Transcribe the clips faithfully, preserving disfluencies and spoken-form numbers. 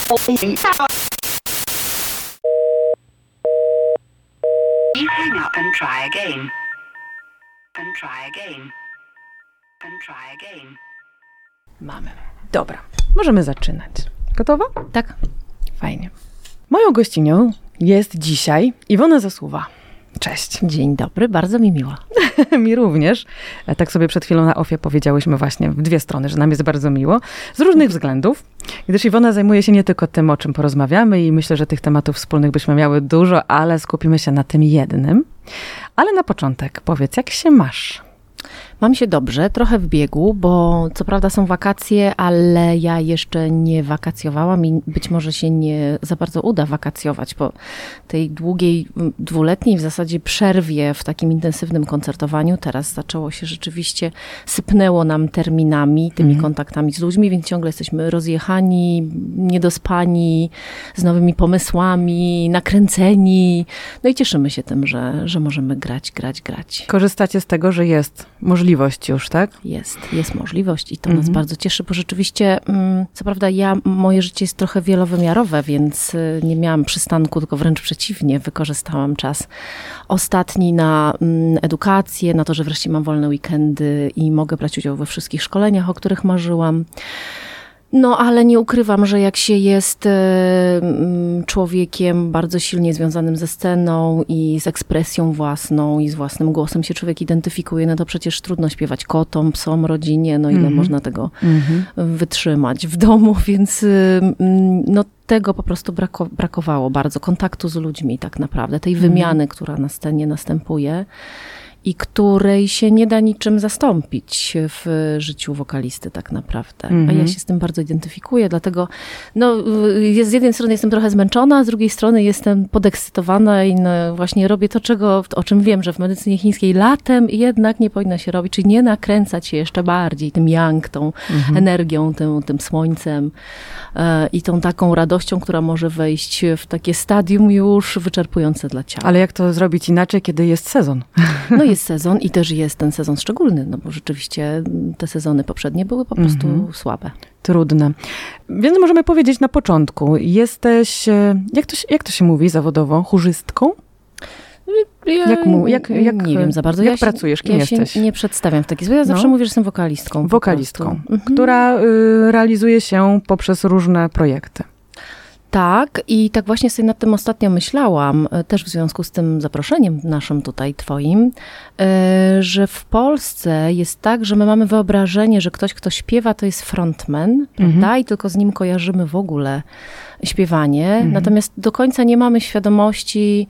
hang up and try again. And try again. And try again. Mamy. Dobra, możemy zaczynać. Gotowa? Tak. Fajnie. Moją gościnią jest dzisiaj Iwona Zasuwa. Cześć. Dzień dobry, bardzo mi miło. Mi również. Tak sobie przed chwilą na ofie powiedziałyśmy właśnie w dwie strony, że nam jest bardzo miło. Z różnych względów. Gdyż Iwona zajmuje się nie tylko tym, o czym porozmawiamy i myślę, że tych tematów wspólnych byśmy miały dużo, ale skupimy się na tym jednym. Ale na początek powiedz, jak się masz? Mam się dobrze, trochę w biegu, bo co prawda są wakacje, ale ja jeszcze nie wakacjowałam i być może się nie za bardzo uda wakacjować po tej długiej, dwuletniej w zasadzie przerwie w takim intensywnym koncertowaniu. Teraz zaczęło się rzeczywiście, sypnęło nam terminami, tymi mm. kontaktami z ludźmi, więc ciągle jesteśmy rozjechani, niedospani, z nowymi pomysłami, nakręceni. No i cieszymy się tym, że, że możemy grać, grać, grać. Korzystacie z tego, że jest możliwość już, tak? Jest, jest możliwość i to mhm. nas bardzo cieszy, bo rzeczywiście, co prawda ja, moje życie jest trochę wielowymiarowe, więc nie miałam przystanku, tylko wręcz przeciwnie, wykorzystałam czas ostatni na edukację, na to, że wreszcie mam wolne weekendy i mogę brać udział we wszystkich szkoleniach, o których marzyłam. No, ale nie ukrywam, że jak się jest e, człowiekiem bardzo silnie związanym ze sceną i z ekspresją własną i z własnym głosem się człowiek identyfikuje, no to przecież trudno śpiewać kotom, psom, rodzinie, no ile mm-hmm. można tego mm-hmm. wytrzymać w domu, więc no tego po prostu brako- brakowało bardzo, kontaktu z ludźmi tak naprawdę, tej wymiany, mm-hmm. która na scenie następuje. I której się nie da niczym zastąpić w życiu wokalisty tak naprawdę. Mm-hmm. A ja się z tym bardzo identyfikuję, dlatego no, z jednej strony jestem trochę zmęczona, a z drugiej strony jestem podekscytowana i no, właśnie robię to, czego, o czym wiem, że w medycynie chińskiej latem jednak nie powinno się robić, czyli nie nakręcać się jeszcze bardziej tym yang, tą mm-hmm. energią, tym, tym słońcem e, i tą taką radością, która może wejść w takie stadium już wyczerpujące dla ciała. Ale jak to zrobić inaczej, kiedy jest sezon? No jest sezon i też jest ten sezon szczególny, no bo rzeczywiście te sezony poprzednie były po prostu mm-hmm. słabe. Trudne. Więc możemy powiedzieć na początku, jesteś, jak to się, jak to się mówi zawodowo, chórzystką? Ja jak mu, jak, jak, nie wiem za bardzo. Jak ja pracujesz? Kim ja jesteś? Się nie przedstawiam w taki sposób. Ja zawsze no. mówię, że jestem wokalistką. Wokalistką, która y, realizuje się poprzez różne projekty. Tak, i tak właśnie sobie nad tym ostatnio myślałam, też w związku z tym zaproszeniem naszym tutaj twoim, że w Polsce jest tak, że my mamy wyobrażenie, że ktoś, kto śpiewa, to jest frontman, prawda? Mhm. I tylko z nim kojarzymy w ogóle śpiewanie. Mhm. Natomiast do końca nie mamy świadomości,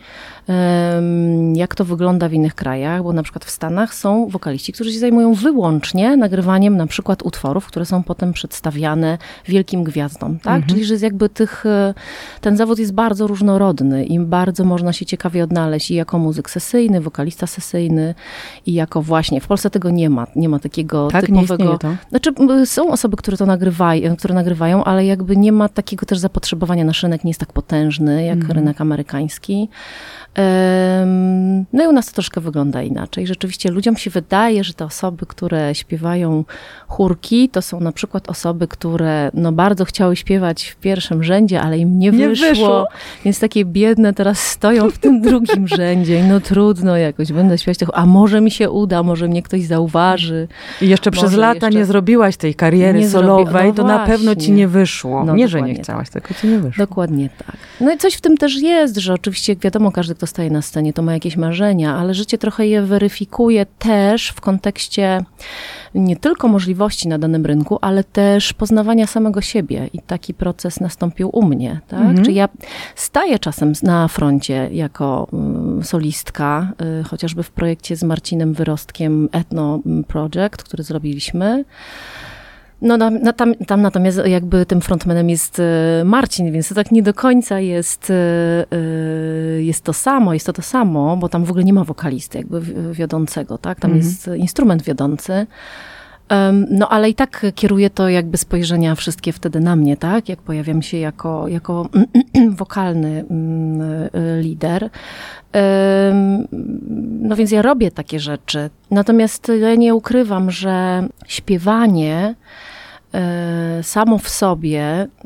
jak to wygląda w innych krajach, bo na przykład w Stanach są wokaliści, którzy się zajmują wyłącznie nagrywaniem na przykład utworów, które są potem przedstawiane wielkim gwiazdom, tak? Mhm. Czyli, że jakby tych, ten zawód jest bardzo różnorodny i bardzo można się ciekawie odnaleźć i jako muzyk sesyjny, wokalista sesyjny i jako właśnie, w Polsce tego nie ma, nie ma takiego tak, typowego... Nie to. Znaczy są osoby, które to nagrywają, które nagrywają, ale jakby nie ma takiego też zapotrzebowania na rynek, nie jest tak potężny jak mhm. rynek amerykański. No i u nas to troszkę wygląda inaczej. Rzeczywiście ludziom się wydaje, że te osoby, które śpiewają chórki, to są na przykład osoby, które no bardzo chciały śpiewać w pierwszym rzędzie, ale im nie, nie wyszło, wyszło. Więc takie biedne teraz stoją w tym drugim rzędzie. No trudno jakoś, będę śpiewać tych, a może mi się uda, może mnie ktoś zauważy. I jeszcze przez lata jeszcze nie zrobiłaś tej kariery solowej, no to na pewno ci nie wyszło. No nie, że nie chciałaś, tak. tylko ci nie wyszło. Dokładnie tak. No i coś w tym też jest, że oczywiście wiadomo, każdy, kto staje na scenie, to ma jakieś marzenia, ale życie trochę je weryfikuje też w kontekście nie tylko możliwości na danym rynku, ale też poznawania samego siebie. I taki proces nastąpił u mnie. Tak? Mhm. Czyli ja staję czasem na froncie jako solistka, chociażby w projekcie z Marcinem Wyrostkiem Ethno Project, który zrobiliśmy. No, na, na, tam, tam natomiast jakby tym frontmanem jest Marcin, więc to tak nie do końca jest, jest to samo, jest to to samo, bo tam w ogóle nie ma wokalisty jakby wiodącego, tak? Tam mhm. jest instrument wiodący. No ale i tak kieruje to jakby spojrzenia wszystkie wtedy na mnie, tak? Jak pojawiam się jako, jako wokalny lider. No więc ja robię takie rzeczy. Natomiast ja nie ukrywam, że śpiewanie samo w sobie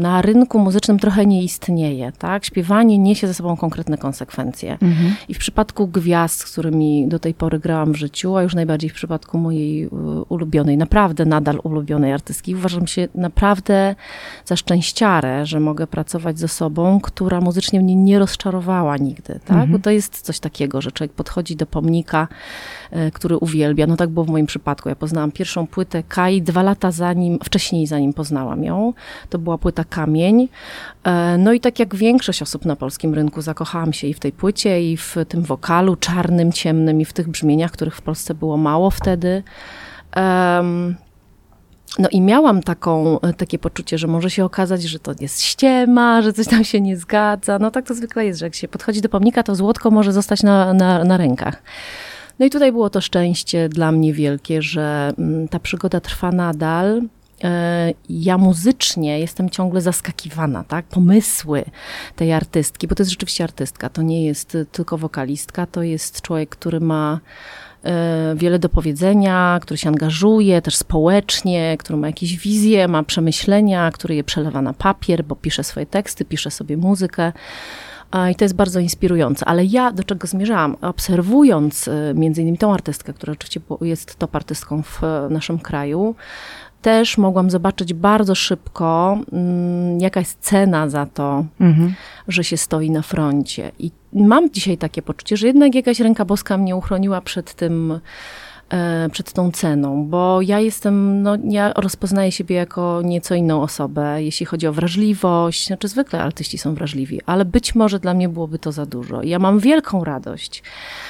na rynku muzycznym trochę nie istnieje, tak? Śpiewanie niesie ze sobą konkretne konsekwencje. Mhm. I w przypadku gwiazd, z którymi do tej pory grałam w życiu, a już najbardziej w przypadku mojej ulubionej, naprawdę nadal ulubionej artystki, uważam się naprawdę za szczęściarę, że mogę pracować z osobą, która muzycznie mnie nie rozczarowała nigdy, tak? Mhm. Bo to jest coś takiego, że człowiek podchodzi do pomnika, który uwielbia. No tak było w moim przypadku. Ja poznałam pierwszą płytę Kai dwa lata zanim, wcześniej zanim poznałam ją. To była płyta Kamień. No i tak jak większość osób na polskim rynku, zakochałam się i w tej płycie, i w tym wokalu czarnym, ciemnym, i w tych brzmieniach, których w Polsce było mało wtedy. Um, No i miałam taką, takie poczucie, że może się okazać, że to jest ściema, że coś tam się nie zgadza. No tak to zwykle jest, że jak się podchodzi do pomnika, to złotko może zostać na, na, na rękach. No i tutaj było to szczęście dla mnie wielkie, że ta przygoda trwa nadal. Ja muzycznie jestem ciągle zaskakiwana, tak? Pomysły tej artystki, bo to jest rzeczywiście artystka, to nie jest tylko wokalistka, to jest człowiek, który ma wiele do powiedzenia, który się angażuje też społecznie, który ma jakieś wizje, ma przemyślenia, który je przelewa na papier, bo pisze swoje teksty, pisze sobie muzykę. I to jest bardzo inspirujące. Ale ja do czego zmierzałam? Obserwując między innymi tą artystkę, która oczywiście jest top artystką w naszym kraju, też mogłam zobaczyć bardzo szybko, jaka jest cena za to, mhm. że się stoi na froncie. I mam dzisiaj takie poczucie, że jednak jakaś ręka boska mnie uchroniła przed tym, przed tą ceną, bo ja jestem, no ja rozpoznaję siebie jako nieco inną osobę, jeśli chodzi o wrażliwość, znaczy zwykle artyści są wrażliwi, ale być może dla mnie byłoby to za dużo. Ja mam wielką radość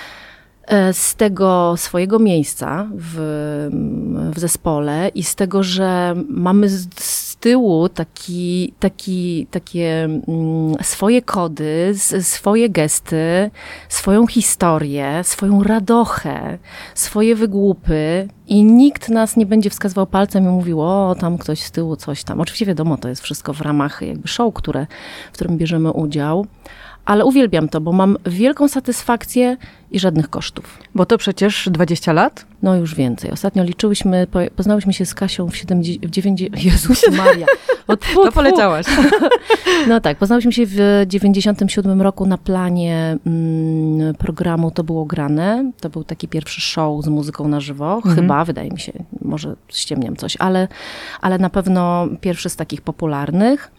z tego swojego miejsca w, w zespole i z tego, że mamy z, z tyłu taki, taki, takie mm, swoje kody, swoje gesty, swoją historię, swoją radochę, swoje wygłupy i nikt nas nie będzie wskazywał palcem i mówił, o tam ktoś z tyłu coś tam. Oczywiście wiadomo, to jest wszystko w ramach jakby show, które, w którym bierzemy udział. Ale uwielbiam to, bo mam wielką satysfakcję i żadnych kosztów. Bo to przecież dwadzieścia lat? No już więcej. Ostatnio liczyłyśmy, poznałyśmy się z Kasią w dziewięćdziesiątym... Jezus Maria. O, tfu, to poleciałaś. No tak, poznałyśmy się w dziewięćdziesiątym siódmym roku na planie mm, programu To było grane. To był taki pierwszy show z muzyką na żywo. Mhm. Chyba, wydaje mi się, może ściemniam coś, ale, ale na pewno pierwszy z takich popularnych.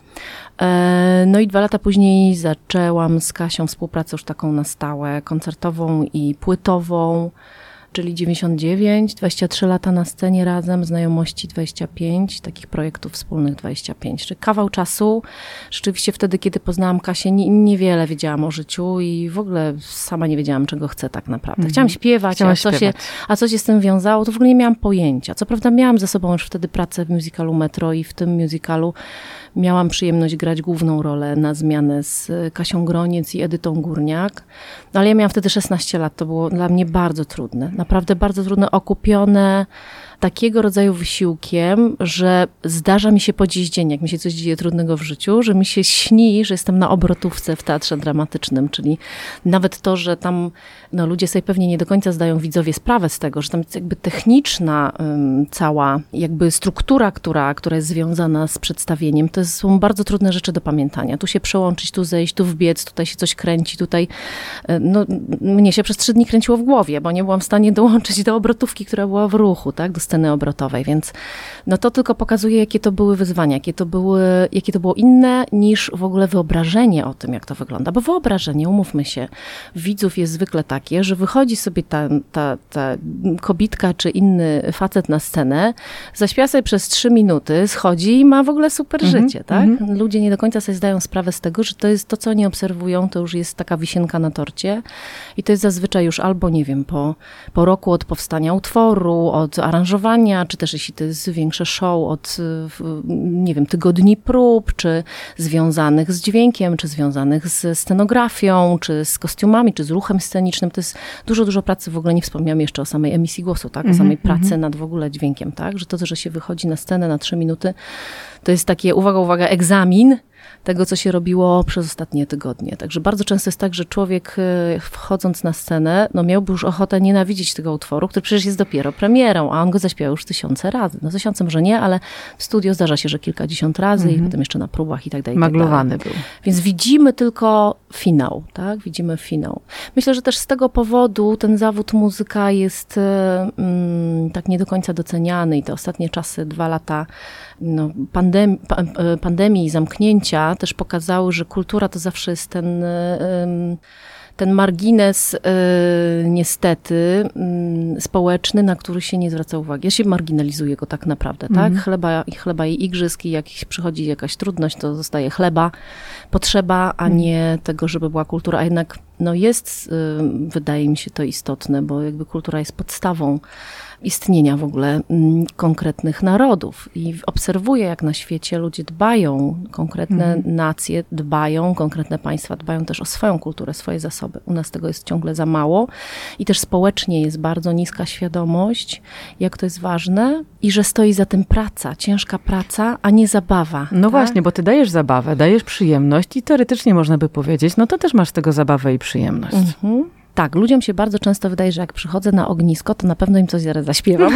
No i dwa lata później zaczęłam z Kasią współpracę już taką na stałe, koncertową i płytową, czyli dziewięćdziesiąt dziewięć, dwadzieścia trzy lata na scenie razem, znajomości dwadzieścia pięć, takich projektów wspólnych dwadzieścia pięć. Czyli kawał czasu. Rzeczywiście wtedy, kiedy poznałam Kasię, nie, niewiele wiedziałam o życiu i w ogóle sama nie wiedziałam, czego chcę tak naprawdę. Chciałam śpiewać, a co, się, a co się z tym wiązało, to w ogóle nie miałam pojęcia. Co prawda miałam ze sobą już wtedy pracę w musicalu Metro i w tym musicalu miałam przyjemność grać główną rolę na zmianę z Kasią Groniec i Edytą Górniak. No ale ja miałam wtedy szesnaście lat, to było dla mnie bardzo trudne. Naprawdę bardzo trudne, okupione takiego rodzaju wysiłkiem, że zdarza mi się po dziś dzień, jak mi się coś dzieje trudnego w życiu, że mi się śni, że jestem na obrotówce w teatrze dramatycznym, czyli nawet to, że tam no, ludzie sobie pewnie nie do końca zdają widzowie sprawę z tego, że tam jest jakby techniczna um, cała jakby struktura, która, która jest związana z przedstawieniem, to są bardzo trudne rzeczy do pamiętania. Tu się przełączyć, tu zejść, tu wbiec, tutaj się coś kręci, tutaj no mnie się przez trzy dni kręciło w głowie, bo nie byłam w stanie dołączyć do obrotówki, która była w ruchu, tak, do sceny obrotowej, więc no to tylko pokazuje, jakie to były wyzwania, jakie to były, jakie to było inne niż w ogóle wyobrażenie o tym, jak to wygląda, bo wyobrażenie, umówmy się, widzów jest zwykle takie, że wychodzi sobie ta, ta, ta kobitka czy inny facet na scenę, zaśpiewa sobie przez trzy minuty, schodzi i ma w ogóle super mm-hmm, życie, tak? Mm-hmm. Ludzie nie do końca sobie zdają sprawę z tego, że to jest to, co oni obserwują, to już jest taka wisienka na torcie i to jest zazwyczaj już albo, nie wiem, po, po roku od powstania utworu, od aranżowania, czy też jeśli to jest większe show, od, nie wiem, tygodni prób, czy związanych z dźwiękiem, czy związanych z scenografią, czy z kostiumami, czy z ruchem scenicznym. To jest dużo, dużo pracy. W ogóle nie wspomniałam jeszcze o samej emisji głosu, tak? O samej mm-hmm. pracy nad w ogóle dźwiękiem, tak? Że to, że się wychodzi na scenę na trzy minuty, to jest takie, uwaga, uwaga, egzamin tego, co się robiło przez ostatnie tygodnie. Także bardzo często jest tak, że człowiek wchodząc na scenę, no miałby już ochotę nienawidzić tego utworu, który przecież jest dopiero premierą, a on go zaśpiewał już tysiące razy. No tysiące może nie, ale w studio zdarza się, że kilkadziesiąt razy mm-hmm. i potem jeszcze na próbach i tak dalej. Maglowany był. Więc widzimy tylko finał, tak? Widzimy finał. Myślę, że też z tego powodu ten zawód muzyka jest mm, tak nie do końca doceniany i te ostatnie czasy, dwa lata no, pandem- pandemii i zamknięcia też pokazały, że kultura to zawsze jest ten, ten margines niestety społeczny, na który się nie zwraca uwagi. Ja się marginalizuje go tak naprawdę, tak? Mm. Chleba, chleba i igrzysk, i jak przychodzi jakaś trudność, to zostaje chleba, potrzeba, a nie tego, żeby była kultura. A jednak no jest, wydaje mi się to istotne, bo jakby kultura jest podstawą istnienia w ogóle mm, konkretnych narodów. I obserwuję, jak na świecie ludzie dbają, konkretne mhm. nacje dbają, konkretne państwa dbają też o swoją kulturę, swoje zasoby. U nas tego jest ciągle za mało i też społecznie jest bardzo niska świadomość, jak to jest ważne i że stoi za tym praca, ciężka praca, a nie zabawa. No tak? Właśnie, bo ty dajesz zabawę, dajesz przyjemność i teoretycznie można by powiedzieć, no to też masz z tego zabawę i przyjemność. Mhm. Tak, ludziom się bardzo często wydaje, że jak przychodzę na ognisko, to na pewno im coś zaraz zaśpiewam.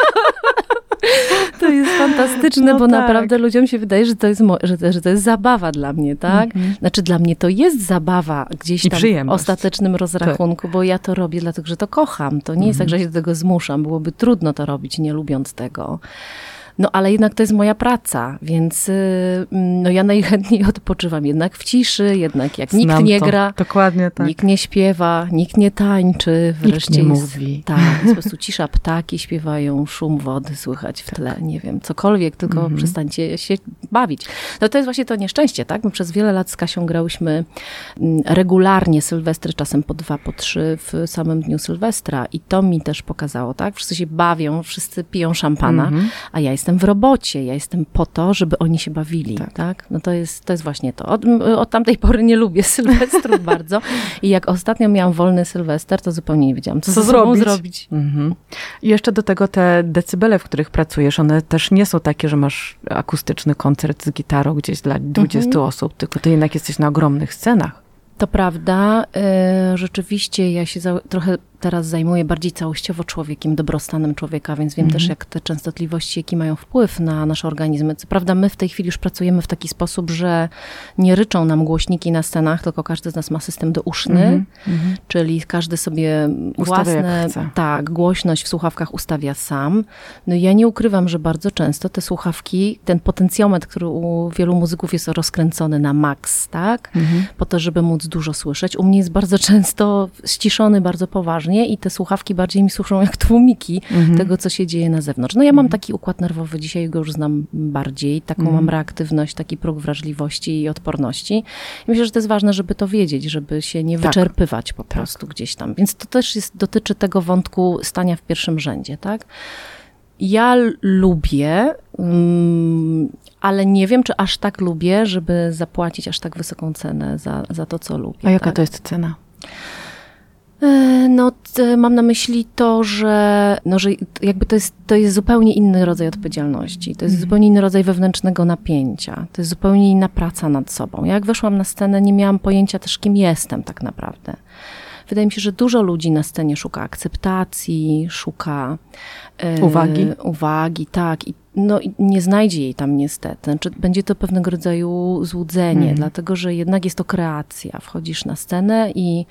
To jest fantastyczne, no bo tak. naprawdę ludziom się wydaje, że to jest, mo- że, że to jest zabawa dla mnie, tak? Mm-hmm. Znaczy dla mnie to jest zabawa gdzieś tam w ostatecznym rozrachunku, tak. bo ja to robię dlatego, że to kocham. To nie mm-hmm. jest tak, że się do tego zmuszam. Byłoby trudno to robić, nie lubiąc tego. No ale jednak to jest moja praca, więc no, ja najchętniej odpoczywam jednak w ciszy, jednak jak Znam nikt nie to. gra, Dokładnie tak. nikt nie śpiewa, nikt nie tańczy, wreszcie nikt nie jest, mówi. Tak, jest po prostu cisza, ptaki śpiewają, szum wody słychać w tle, nie wiem, cokolwiek, tylko mm-hmm. przestańcie się bawić. No to jest właśnie to nieszczęście, tak? My przez wiele lat z Kasią grałyśmy regularnie Sylwestry, czasem po dwa, po trzy w samym dniu Sylwestra i to mi też pokazało, tak? Wszyscy się bawią, wszyscy piją szampana, mm-hmm. a ja jestem w robocie, ja jestem po to, żeby oni się bawili, tak? tak? No to jest, to jest właśnie to. Od, od tamtej pory nie lubię Sylwestrów bardzo i jak ostatnio miałam wolny Sylwester, to zupełnie nie wiedziałam, co, co ze sobą zrobić. zrobić. Mhm. I jeszcze do tego te decybele, w których pracujesz, one też nie są takie, że masz akustyczny koncert z gitarą gdzieś dla dwudziestu mhm. osób, tylko ty jednak jesteś na ogromnych scenach. To prawda. Rzeczywiście ja się za, trochę teraz zajmuję bardziej całościowo człowiekiem, dobrostanem człowieka, więc wiem mm. też, jak te częstotliwości, jaki mają wpływ na nasze organizmy. Co prawda my w tej chwili już pracujemy w taki sposób, że nie ryczą nam głośniki na scenach, tylko każdy z nas ma system douszny, mm. czyli każdy sobie ustawia własne, tak, głośność w słuchawkach ustawia sam. No ja nie ukrywam, że bardzo często te słuchawki, ten potencjometr, który u wielu muzyków jest rozkręcony na maks, tak, mm. po to, żeby móc dużo słyszeć. U mnie jest bardzo często ściszony, bardzo poważnie i te słuchawki bardziej mi służą jak tłumiki mm-hmm. tego, co się dzieje na zewnątrz. No ja mam taki układ nerwowy, dzisiaj go już znam bardziej, taką mm. mam reaktywność, taki próg wrażliwości i odporności. I myślę, że to jest ważne, żeby to wiedzieć, żeby się nie tak. wyczerpywać po prostu tak. gdzieś tam. Więc to też jest, dotyczy tego wątku stania w pierwszym rzędzie, tak? Ja lubię, um, ale nie wiem, czy aż tak lubię, żeby zapłacić aż tak wysoką cenę za, za to, co lubię. A jaka tak? to jest cena? No, mam na myśli to, że, no, że jakby to jest, to jest zupełnie inny rodzaj odpowiedzialności. To jest mm. zupełnie inny rodzaj wewnętrznego napięcia. To jest zupełnie inna praca nad sobą. Ja jak weszłam na scenę, nie miałam pojęcia też, kim jestem tak naprawdę. Wydaje mi się, że dużo ludzi na scenie szuka akceptacji, szuka e, uwagi. Uwagi, tak. I, no, i nie znajdzie jej tam niestety. Znaczy, będzie to pewnego rodzaju złudzenie, mm. dlatego że jednak jest to kreacja. Wchodzisz na scenę i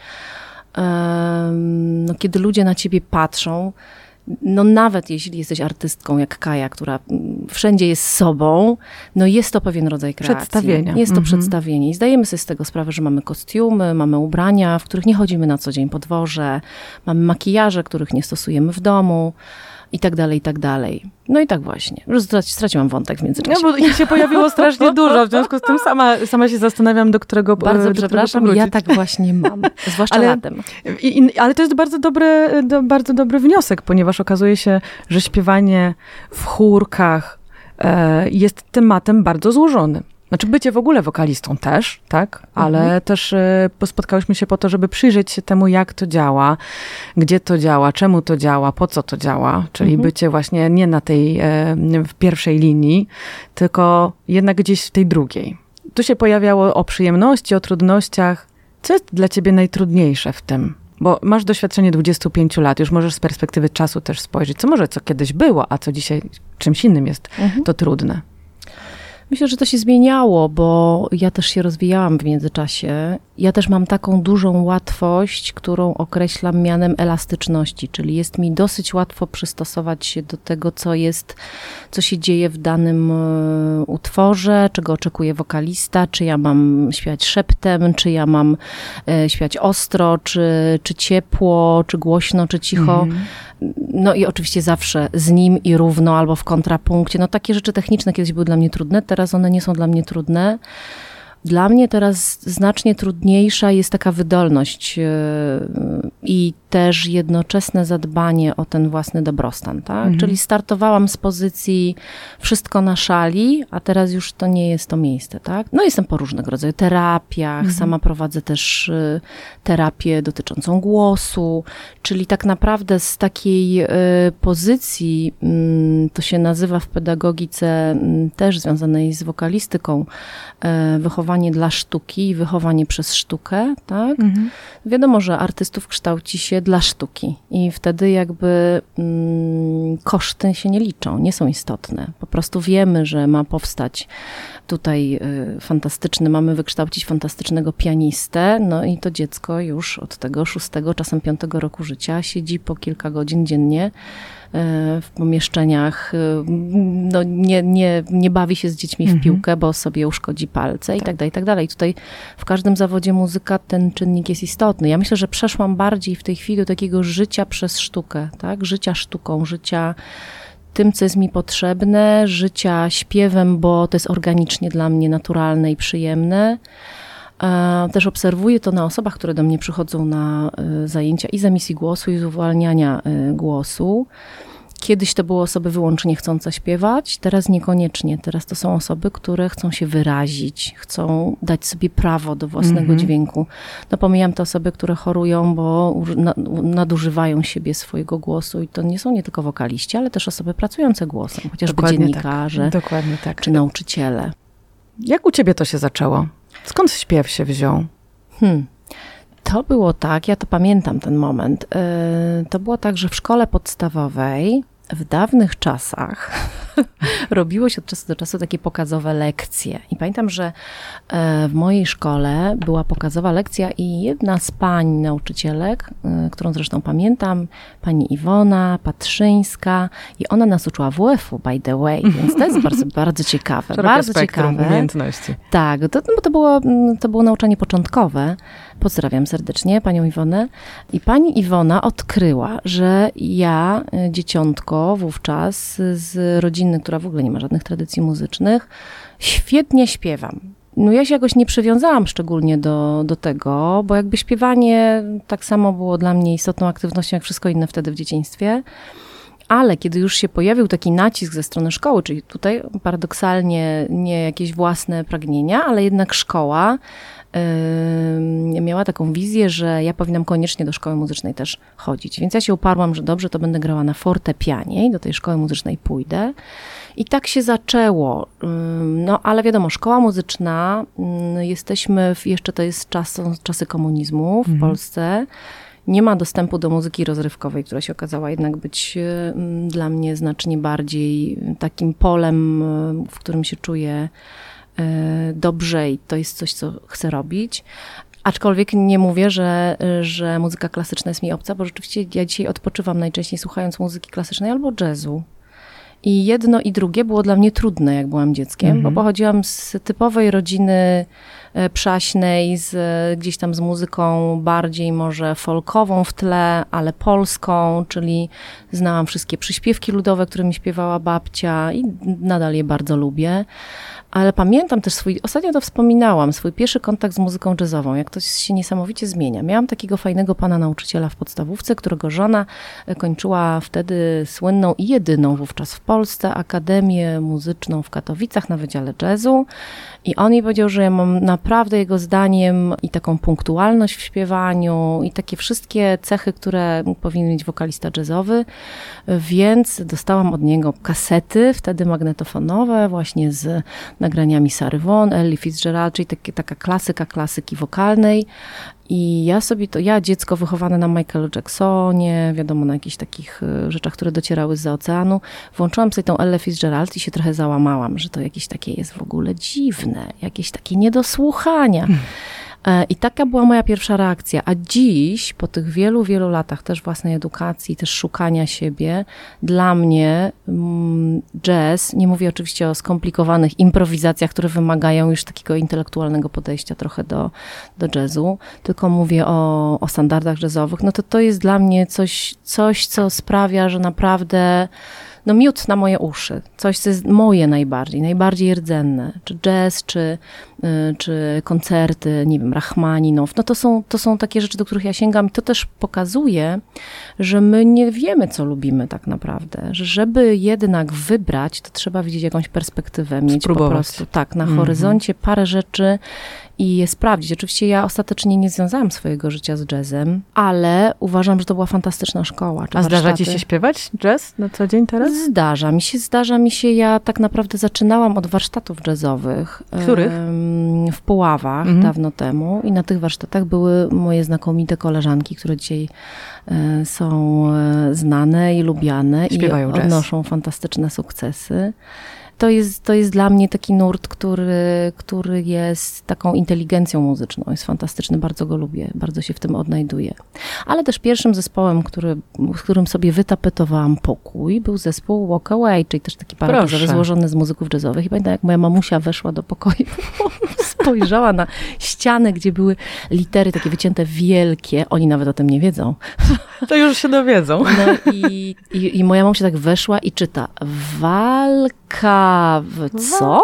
no, kiedy ludzie na ciebie patrzą, no nawet jeśli jesteś artystką jak Kaja, która wszędzie jest sobą, no jest to pewien rodzaj kreacji. Przedstawienia. Jest to mhm. przedstawienie i zdajemy sobie z tego sprawę, że mamy kostiumy, mamy ubrania, w których nie chodzimy na co dzień po dworze, mamy makijaże, których nie stosujemy w domu i tak dalej, i tak dalej. No i tak właśnie. Już straciłam wątek w międzyczasie. No bo ich się pojawiło strasznie dużo, w związku z tym sama, sama się zastanawiam, do którego Bardzo do przepraszam, którego ja tak właśnie mam. Zwłaszcza ale, latem. I, ale to jest bardzo dobry, do, bardzo dobry wniosek, ponieważ okazuje się, że śpiewanie w chórkach e, jest tematem bardzo złożonym. Znaczy bycie w ogóle wokalistą też, tak? Ale mhm. też y, spotkałyśmy się po to, żeby przyjrzeć się temu, jak to działa, gdzie to działa, czemu to działa, po co to działa. Czyli mhm. bycie właśnie nie na tej y, w pierwszej linii, tylko jednak gdzieś w tej drugiej. Tu się pojawiało o przyjemności, o trudnościach. Co jest dla ciebie najtrudniejsze w tym? Bo masz doświadczenie dwudziestu pięciu lat, już możesz z perspektywy czasu też spojrzeć, co może co kiedyś było, a co dzisiaj czymś innym jest mhm. to trudne. Myślę, że to się zmieniało, bo ja też się rozwijałam w międzyczasie. Ja też mam taką dużą łatwość, którą określam mianem elastyczności, czyli jest mi dosyć łatwo przystosować się do tego, co jest, co się dzieje w danym utworze, czego oczekuje wokalista, czy ja mam śpiewać szeptem, czy ja mam śpiewać ostro, czy, czy ciepło, czy głośno, czy cicho. Mhm. No i oczywiście zawsze z nim i równo albo w kontrapunkcie. No takie rzeczy techniczne kiedyś były dla mnie trudne, teraz one nie są dla mnie trudne. Dla mnie teraz znacznie trudniejsza jest taka wydolność i też jednoczesne zadbanie o ten własny dobrostan, tak? Mhm. Czyli startowałam z pozycji wszystko na szali, a teraz już to nie jest to miejsce, tak? No jestem po różnego rodzaju terapiach, mhm. sama prowadzę też terapię dotyczącą głosu, czyli tak naprawdę z takiej pozycji, to się nazywa w pedagogice też związanej z wokalistyką, wychowanie dla sztuki i wychowanie przez sztukę, tak? Mhm. Wiadomo, że artystów kształci się dla sztuki i wtedy jakby mm, koszty się nie liczą, nie są istotne. Po prostu wiemy, że ma powstać tutaj y, fantastyczny, mamy wykształcić fantastycznego pianistę, no i to dziecko już od tego szóstego, czasem piątego roku życia siedzi po kilka godzin dziennie w pomieszczeniach, no nie, nie, nie bawi się z dziećmi w piłkę, bo sobie uszkodzi palce i tak dalej, i tak dalej. Tutaj w każdym zawodzie muzyka ten czynnik jest istotny. Ja myślę, że przeszłam bardziej w tej chwili do takiego życia przez sztukę, tak? Życia sztuką, życia tym, co jest mi potrzebne, życia śpiewem, bo to jest organicznie dla mnie naturalne i przyjemne. Też obserwuję to na osobach, które do mnie przychodzą na zajęcia i z emisji głosu, i z uwalniania głosu. Kiedyś to były osoby wyłącznie chcące śpiewać, teraz niekoniecznie. Teraz to są osoby, które chcą się wyrazić, chcą dać sobie prawo do własnego mm-hmm. dźwięku. No pomijam te osoby, które chorują, bo nadużywają siebie swojego głosu i to nie są nie tylko wokaliści, ale też osoby pracujące głosem, chociażby Dokładnie dziennikarze tak. Dokładnie tak. czy nauczyciele. Jak u ciebie to się zaczęło? Skąd śpiew się wziął? Hmm. To było tak, ja to pamiętam ten moment. Yy, to było tak, że w szkole podstawowej w dawnych czasach robiło się od czasu do czasu takie pokazowe lekcje. I pamiętam, że w mojej szkole była pokazowa lekcja i jedna z pań nauczycielek, którą zresztą pamiętam, pani Iwona Patrzyńska, i ona nas uczyła W F-u, by the way, więc to jest bardzo, bardzo ciekawe. Szerokie bardzo spektrum ciekawe. umiejętności. Tak, to, bo to było, to było nauczanie początkowe. Pozdrawiam serdecznie panią Iwonę. I pani Iwona odkryła, że ja, dzieciątko wówczas z rodziny, która w ogóle nie ma żadnych tradycji muzycznych, świetnie śpiewam. No ja się jakoś nie przywiązałam szczególnie do, do tego, bo jakby śpiewanie tak samo było dla mnie istotną aktywnością jak wszystko inne wtedy w dzieciństwie. Ale kiedy już się pojawił taki nacisk ze strony szkoły, czyli tutaj paradoksalnie nie jakieś własne pragnienia, ale jednak szkoła yy, miała taką wizję, że ja powinnam koniecznie do szkoły muzycznej też chodzić. Więc ja się uparłam, że dobrze, to będę grała na fortepianie i do tej szkoły muzycznej pójdę. I tak się zaczęło. No ale wiadomo, szkoła muzyczna, jesteśmy, w, jeszcze to jest czas, są czasy komunizmu w mhm. Polsce. Nie ma dostępu do muzyki rozrywkowej, która się okazała jednak być dla mnie znacznie bardziej takim polem, w którym się czuję dobrze i to jest coś, co chcę robić. Aczkolwiek nie mówię, że, że muzyka klasyczna jest mi obca, bo rzeczywiście ja dzisiaj odpoczywam najczęściej słuchając muzyki klasycznej albo jazzu. I jedno i drugie było dla mnie trudne, jak byłam dzieckiem, mm-hmm. bo pochodziłam z typowej rodziny przaśnej, z, gdzieś tam z muzyką bardziej może folkową w tle, ale polską, czyli znałam wszystkie przyśpiewki ludowe, którymi śpiewała babcia i nadal je bardzo lubię. Ale pamiętam też swój, ostatnio to wspominałam, swój pierwszy kontakt z muzyką jazzową, jak to się niesamowicie zmienia. Miałam takiego fajnego pana nauczyciela w podstawówce, którego żona kończyła wtedy słynną i jedyną wówczas w Polsce Akademię Muzyczną w Katowicach na Wydziale Jazzu I on mi powiedział, że ja mam naprawdę jego zdaniem i taką punktualność w śpiewaniu i takie wszystkie cechy, które powinien mieć wokalista jazzowy, więc dostałam od niego kasety, wtedy magnetofonowe, właśnie z nagraniami Sary Vaughan, Ellie Fitzgerald, czyli takie, taka klasyka klasyki wokalnej. I ja sobie to, ja dziecko wychowane na Michaelu Jacksonie, wiadomo, na jakichś takich rzeczach, które docierały zza oceanu, włączyłam sobie tą Ellę Fitzgerald i się trochę załamałam, że to jakieś takie jest w ogóle dziwne, jakieś takie nie do słuchania. I taka była moja pierwsza reakcja. A dziś, po tych wielu, wielu latach też własnej edukacji, też szukania siebie, dla mnie jazz, nie mówię oczywiście o skomplikowanych improwizacjach, które wymagają już takiego intelektualnego podejścia trochę do, do jazzu, tylko mówię o, o standardach jazzowych, no to to jest dla mnie coś, coś, co sprawia, że naprawdę no miód na moje uszy. Coś, co jest moje najbardziej, najbardziej rdzenne. Czy jazz, czy, czy koncerty, nie wiem, Rachmaninow. No to są, to są takie rzeczy, do których ja sięgam. I to też pokazuje, że my nie wiemy, co lubimy tak naprawdę. Że żeby jednak wybrać, to trzeba widzieć jakąś perspektywę, mieć Spróbować. po prostu tak na horyzoncie parę rzeczy i je sprawdzić. Oczywiście ja ostatecznie nie związałam swojego życia z jazzem, ale uważam, że to była fantastyczna szkoła. A zdarza ci się śpiewać jazz na co dzień teraz? Zdarza mi się, zdarza mi się. Ja tak naprawdę zaczynałam od warsztatów jazzowych. Których? W Puławach mhm. dawno temu i na tych warsztatach były moje znakomite koleżanki, które dzisiaj są znane i lubiane. Śpiewają i jazz. Odnoszą fantastyczne sukcesy. To jest, to jest dla mnie taki nurt, który, który jest taką inteligencją muzyczną. Jest fantastyczny, bardzo go lubię, bardzo się w tym odnajduję. Ale też pierwszym zespołem, który, z którym sobie wytapetowałam pokój, był zespół Walk Away, czyli też taki paradoks złożony z muzyków jazzowych. I pamiętam, jak moja mamusia weszła do pokoju, spojrzała na ścianę, gdzie były litery takie wycięte wielkie. Oni nawet o tym nie wiedzą. To już się dowiedzą. No i, i, i moja mamusia tak weszła i czyta walka w co?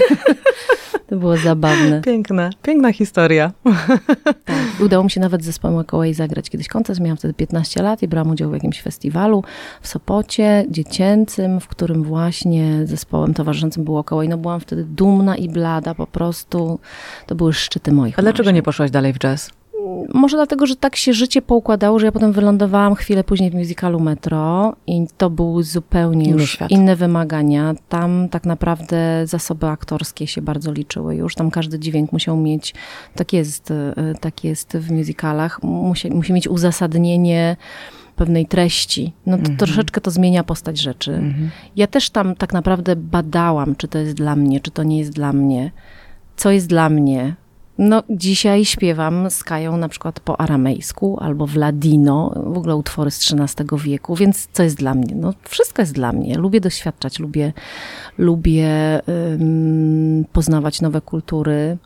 To było zabawne. Piękne, piękna historia. Tak. Udało mi się nawet z zespołem Walk Away zagrać kiedyś koncert. Miałam wtedy piętnaście lat i brałam udział w jakimś festiwalu w Sopocie dziecięcym, w którym właśnie zespołem towarzyszącym był Walk Away. No byłam wtedy dumna i blada, po prostu to były szczyty moich A dlaczego marzeń. nie poszłaś dalej w jazz? Może dlatego, że tak się życie poukładało, że ja potem wylądowałam chwilę później w musicalu Metro i to były zupełnie Inny już świat. inne wymagania. Tam tak naprawdę zasoby aktorskie się bardzo liczyły już. Tam każdy dźwięk musiał mieć, tak jest, tak jest w musicalach, musi, musi mieć uzasadnienie pewnej treści. No to Mhm. troszeczkę to zmienia postać rzeczy. Mhm. Ja też tam tak naprawdę badałam, czy to jest dla mnie, czy to nie jest dla mnie. Co jest dla mnie? No, dzisiaj śpiewam z Kają na przykład po aramejsku albo w ladino, w ogóle utwory z trzynastego wieku, więc co jest dla mnie? No, wszystko jest dla mnie. Lubię doświadczać, lubię, lubię um, poznawać nowe kultury.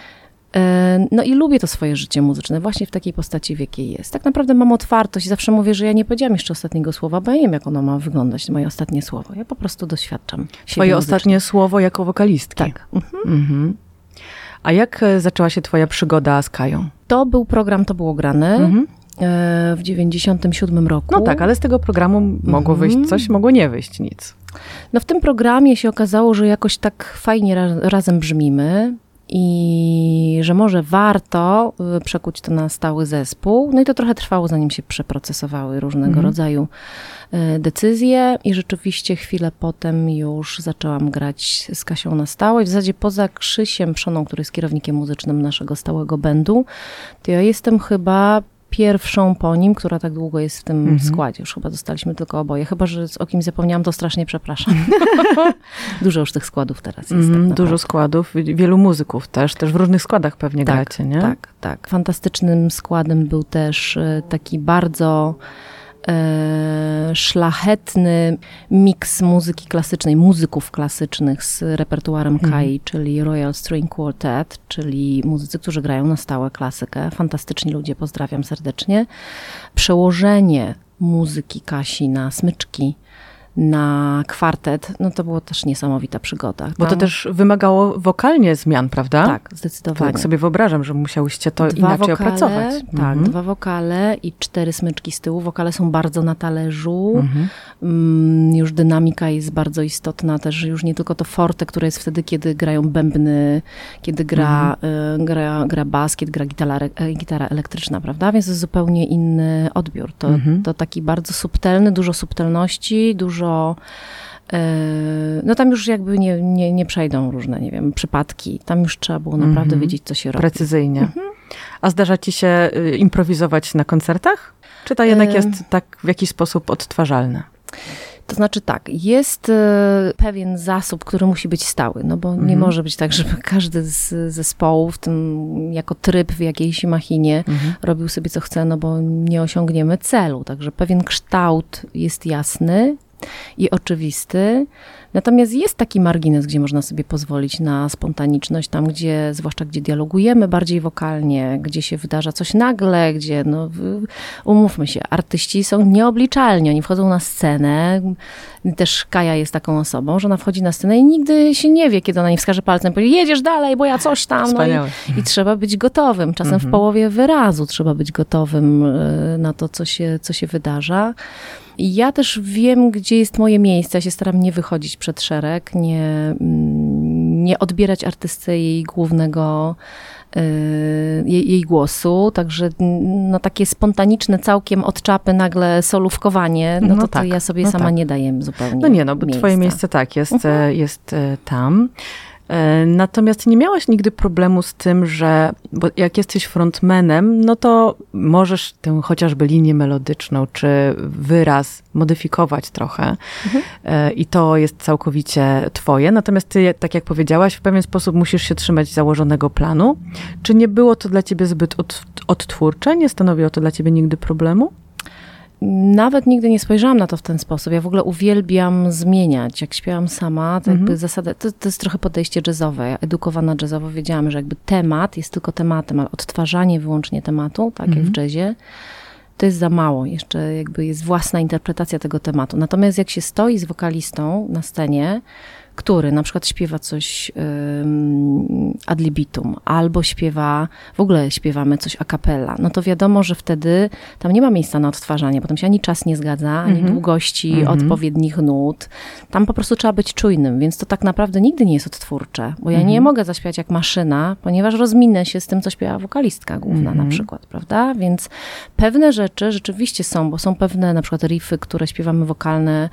No i lubię to swoje życie muzyczne właśnie w takiej postaci, w jakiej jest. Tak naprawdę mam otwartość i zawsze mówię, że ja nie powiedziałam jeszcze ostatniego słowa, bo ja nie wiem, jak ono ma wyglądać, moje ostatnie słowo. Ja po prostu doświadczam siebie Twoje muzycznie. ostatnie słowo jako wokalistki. Tak. Mhm. Mhm. A jak zaczęła się twoja przygoda z Kają? To był program, to było grane Mhm. w dziewięćdziesiątym siódmym roku. No tak, ale z tego programu mogło Mhm. wyjść coś, mogło nie wyjść nic. No w tym programie się okazało, że jakoś tak fajnie ra- razem brzmimy i że może warto y, przekuć to na stały zespół. No i to trochę trwało, zanim się przeprocesowały różnego Mhm. rodzaju y, decyzje i rzeczywiście chwilę potem już zaczęłam grać z Kasią na stałe. W zasadzie poza Krzysiem Przoną, który jest kierownikiem muzycznym naszego stałego bandu, to ja jestem chyba pierwszą po nim, która tak długo jest w tym Mhm. składzie. Już chyba zostaliśmy tylko oboje. Chyba, że o kimś zapomniałam, to strasznie przepraszam. Dużo już tych składów teraz jest. Mhm, tak dużo naprawdę. składów, wielu muzyków też, też w różnych składach pewnie Tak, gracie, nie? Tak, tak. Fantastycznym składem był też e, taki bardzo e, szlachetny miks muzyki klasycznej, muzyków klasycznych z repertuarem Mhm. Kai, czyli Royal String Quartet, czyli muzycy, którzy grają na stałe klasykę. Fantastyczni ludzie, pozdrawiam serdecznie. Przełożenie muzyki Kasi na smyczki na kwartet, no to było też niesamowita przygoda. Bo Tam, to też wymagało wokalnie zmian, prawda? Tak, zdecydowanie. Tak sobie wyobrażam, że musiałyście to dwa inaczej wokale, opracować. Tak, mhm. dwa wokale i cztery smyczki z tyłu. Wokale są bardzo na talerzu. Mhm. Mm, już dynamika jest bardzo istotna też, już nie tylko to forte, które jest wtedy, kiedy grają bębny, kiedy gra, Mhm. y, gra, gra bas, kiedy gra gitara, e, gitara elektryczna, prawda? Więc to jest zupełnie inny odbiór. To, Mhm. to taki bardzo subtelny, dużo subtelności, dużo no tam już jakby nie, nie, nie przejdą różne, nie wiem, przypadki. Tam już trzeba było naprawdę Mhm. wiedzieć, co się robi. Precyzyjnie. Mhm. A zdarza ci się y, improwizować na koncertach? Czy to jednak Ym. jest tak w jakiś sposób odtwarzalne? To znaczy tak, jest pewien zasób, który musi być stały, no bo nie Mhm. może być tak, żeby każdy z zespołów, w tym jako tryb w jakiejś machinie, Mhm. robił sobie co chce, no bo nie osiągniemy celu. Także pewien kształt jest jasny i oczywisty. Natomiast jest taki margines, gdzie można sobie pozwolić na spontaniczność, tam gdzie, zwłaszcza gdzie dialogujemy bardziej wokalnie, gdzie się wydarza coś nagle, gdzie, no, umówmy się, artyści są nieobliczalni, oni wchodzą na scenę, też Kaja jest taką osobą, że ona wchodzi na scenę i nigdy się nie wie, kiedy ona nie wskaże palcem, powie, jedziesz dalej, bo ja coś tam, no Wspaniałe. i, i trzeba być gotowym, czasem Mhm. w połowie wyrazu trzeba być gotowym na to, co się, co się wydarza. I ja też wiem, gdzie jest moje miejsce. Ja się staram nie wychodzić przed szereg, nie, nie odbierać artystce jej głównego, jej, jej głosu. Także no, takie spontaniczne, całkiem od czapy nagle solówkowanie, no to, No to tak, ja sobie no sama tak. nie daję zupełnie No nie, no bo miejsca. twoje miejsce tak, jest, Mhm. jest tam. Natomiast nie miałaś nigdy problemu z tym, że bo jak jesteś frontmanem, no to możesz tę chociażby linię melodyczną czy wyraz modyfikować trochę Mhm. i to jest całkowicie twoje. Natomiast ty, tak jak powiedziałaś, w pewien sposób musisz się trzymać założonego planu. Czy nie było to dla ciebie zbyt od, odtwórcze? Nie stanowiło to dla ciebie nigdy problemu? Nawet nigdy nie spojrzałam na to w ten sposób. Ja w ogóle uwielbiam zmieniać. Jak śpiewam sama, to jakby Mhm. zasada, to, to jest trochę podejście jazzowe. Ja edukowana jazzowo wiedziałam, że jakby temat jest tylko tematem, ale odtwarzanie wyłącznie tematu, tak Mhm. jak w jazzie, to jest za mało. Jeszcze jakby jest własna interpretacja tego tematu. Natomiast jak się stoi z wokalistą na scenie, który na przykład śpiewa coś um, ad libitum, albo śpiewa, w ogóle śpiewamy coś a cappella, no to wiadomo, że wtedy tam nie ma miejsca na odtwarzanie, bo tam się ani czas nie zgadza, ani Mhm. długości Mhm. odpowiednich nut. Tam po prostu trzeba być czujnym, więc to tak naprawdę nigdy nie jest odtwórcze, bo ja Mhm. nie mogę zaśpiewać jak maszyna, ponieważ rozminę się z tym, co śpiewa wokalistka główna Mhm. na przykład, prawda? Więc pewne rzeczy rzeczywiście są, bo są pewne na przykład riffy, które śpiewamy wokalne,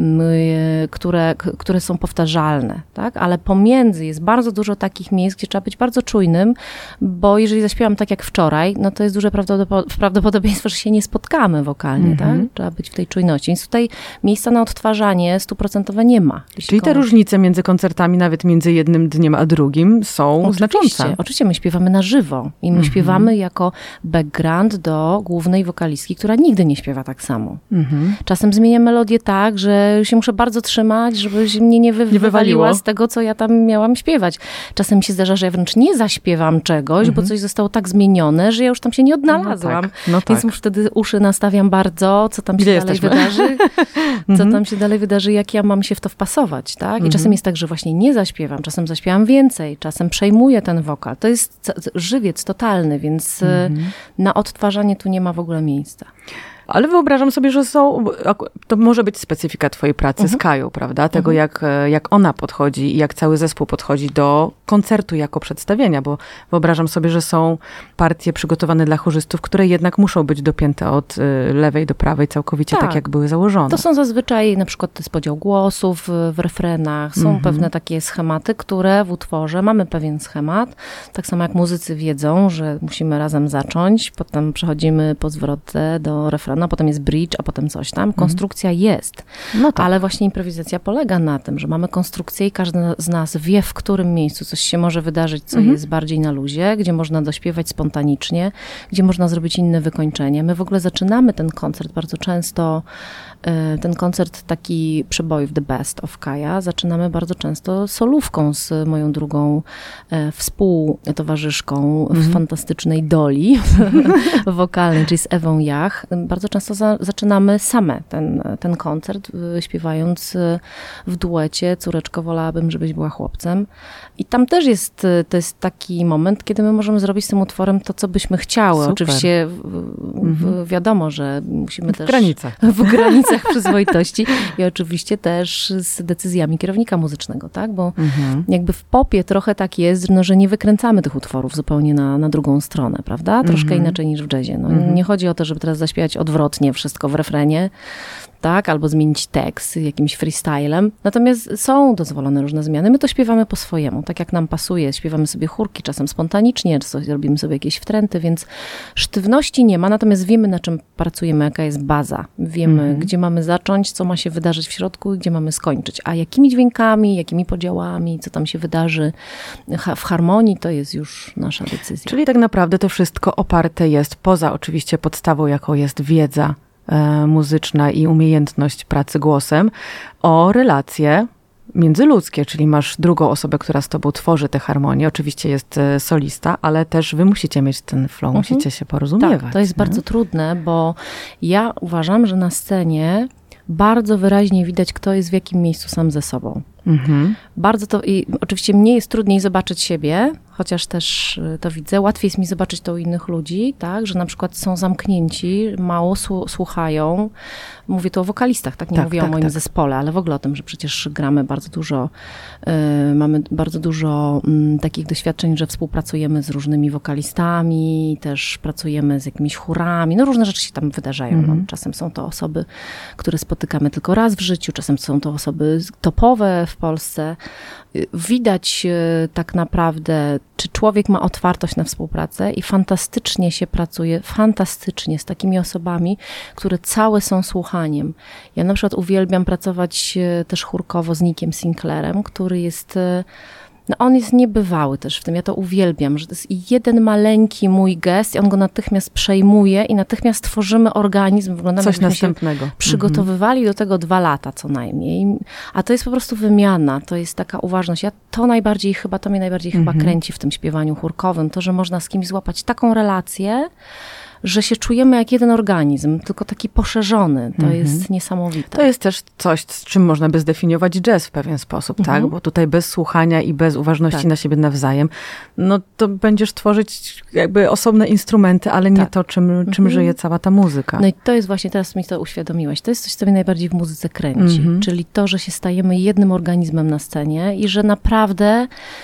my, które, k- które są powtarzane, tak? Ale pomiędzy jest bardzo dużo takich miejsc, gdzie trzeba być bardzo czujnym, bo jeżeli zaśpiewam tak jak wczoraj, no to jest duże prawdopod- prawdopodobieństwo, że się nie spotkamy wokalnie, Mhm. tak? Trzeba być w tej czujności. Więc tutaj miejsca na odtwarzanie stuprocentowe nie ma. Jeśli Czyli te komuś- różnice między koncertami, nawet między jednym dniem a drugim, są znaczące. Oczywiście, oczywiście, my śpiewamy na żywo i my Mhm. śpiewamy jako background do głównej wokalistki, która nigdy nie śpiewa tak samo. Mhm. Czasem zmieniam melodię tak, że się muszę bardzo trzymać, żeby się mnie nie, wy- Nie wywaliło. wywaliła z tego, co ja tam miałam śpiewać. Czasem mi się zdarza, że ja wręcz nie zaśpiewam czegoś, Mhm. bo coś zostało tak zmienione, że ja już tam się nie odnalazłam. No tak, no tak. Więc już wtedy uszy nastawiam bardzo, co tam się Gdzie dalej jesteśmy? wydarzy, co Mhm. tam się dalej wydarzy, jak ja mam się w to wpasować, tak? I Mhm. czasem jest tak, że właśnie nie zaśpiewam, czasem zaśpiewam więcej, czasem przejmuję ten wokal. To jest ca- żywiec totalny, więc e, Mhm. na odtwarzanie tu nie ma w ogóle miejsca. Ale wyobrażam sobie, że są, to może być specyfika twojej pracy Mhm. z Kają, prawda? Tego, Mhm. jak, jak ona podchodzi i jak cały zespół podchodzi do koncertu jako przedstawienia, bo wyobrażam sobie, że są partie przygotowane dla chórzystów, które jednak muszą być dopięte od y, lewej do prawej całkowicie tak, Tak. jak były założone. To są zazwyczaj na przykład to jest podział głosów w, w refrenach. Są Mhm. pewne takie schematy, które w utworze, mamy pewien schemat. Tak samo jak muzycy wiedzą, że musimy razem zacząć, potem przechodzimy po zwrotę do refrenu, a potem jest bridge, a potem coś tam. Konstrukcja jest, No tak. ale właśnie improwizacja polega na tym, że mamy konstrukcję i każdy z nas wie, w którym miejscu coś się może wydarzyć, co Mhm. jest bardziej na luzie, gdzie można dośpiewać spontanicznie, gdzie można zrobić inne wykończenie. My w ogóle zaczynamy ten koncert bardzo często, e, ten koncert taki przebojów The Best of Kaja, zaczynamy bardzo często solówką z moją drugą e, współtowarzyszką w Mhm. fantastycznej Doli wokalnej, czyli z Ewą Jach. Bardzo bardzo często za, zaczynamy same ten, ten koncert, y, śpiewając y, w duecie Córeczko, wolałabym, żebyś była chłopcem. I tam też jest, y, to jest taki moment, kiedy my możemy zrobić z tym utworem to, co byśmy chciały. Super. Oczywiście w, w, wiadomo, że musimy W też... granicach. W granicach przyzwoitości i oczywiście też z decyzjami kierownika muzycznego, tak? Bo Mhm. jakby w popie trochę tak jest, no, że nie wykręcamy tych utworów zupełnie na, na drugą stronę, prawda? Troszkę Mhm. inaczej niż w jazzie. No, Mhm. Nie chodzi o to, żeby teraz zaśpiewać odwrotnie wszystko w refrenie, tak? Albo zmienić tekst jakimś freestylem. Natomiast są dozwolone różne zmiany. My to śpiewamy po swojemu, tak jak nam pasuje. Śpiewamy sobie chórki, czasem spontanicznie, czasem robimy sobie jakieś wtręty, więc sztywności nie ma, natomiast wiemy, na czym pracujemy, jaka jest baza. Wiemy, Mhm. gdzie mamy zacząć, co ma się wydarzyć w środku i gdzie mamy skończyć. A jakimi dźwiękami, jakimi podziałami, co tam się wydarzy ha- w harmonii, to jest już nasza decyzja. Czyli tak naprawdę to wszystko oparte jest, poza oczywiście podstawą, jaką jest wiedza e, muzyczna i umiejętność pracy głosem, o relacje międzyludzkie, czyli masz drugą osobę, która z tobą tworzy tę harmonię. Oczywiście jest e, solista, ale też wy musicie mieć ten flow, Mhm. musicie się porozumiewać. Tak, to jest nie? bardzo trudne, bo ja uważam, że na scenie bardzo wyraźnie widać, kto jest w jakim miejscu sam ze sobą. Mhm. Bardzo to, i oczywiście mnie jest trudniej zobaczyć siebie, chociaż też y, to widzę. Łatwiej jest mi zobaczyć to u innych ludzi, tak, że na przykład są zamknięci, mało słu- słuchają. Mówię tu o wokalistach, tak, nie Tak, mówię tak, o moim tak. zespole, ale w ogóle o tym, że przecież gramy bardzo dużo, y, mamy bardzo dużo mm, takich doświadczeń, że współpracujemy z różnymi wokalistami, też pracujemy z jakimiś chórami, no różne rzeczy się tam wydarzają. Mhm. No, czasem są to osoby, które spotykamy tylko raz w życiu, czasem są to osoby topowe w Polsce. Widać tak naprawdę, czy człowiek ma otwartość na współpracę i fantastycznie się pracuje, fantastycznie z takimi osobami, które całe są słuchaniem. Ja na przykład uwielbiam pracować też chórkowo z Nickiem Sinclairem, który jest... No on jest niebywały też w tym, ja to uwielbiam, że to jest jeden maleńki mój gest i on go natychmiast przejmuje i natychmiast tworzymy organizm. Wygląda, Coś jakbyśmy się następnego. przygotowywali do tego dwa lata co najmniej. A to jest po prostu wymiana, to jest taka uważność. Ja to najbardziej chyba, to mnie najbardziej chyba Mhm. kręci w tym śpiewaniu chórkowym, to, że można z kimś złapać taką relację, że się czujemy jak jeden organizm, tylko taki poszerzony. To Mhm. jest niesamowite. To jest też coś, z czym można by zdefiniować jazz w pewien sposób, Mhm. tak? Bo tutaj bez słuchania i bez uważności Tak. na siebie nawzajem, no to będziesz tworzyć jakby osobne instrumenty, ale nie Tak. to, czym, czym Mhm. żyje cała ta muzyka. No i to jest właśnie, teraz mi to uświadomiłeś, to jest coś, co mnie najbardziej w muzyce kręci. Mhm. Czyli to, że się stajemy jednym organizmem na scenie i że naprawdę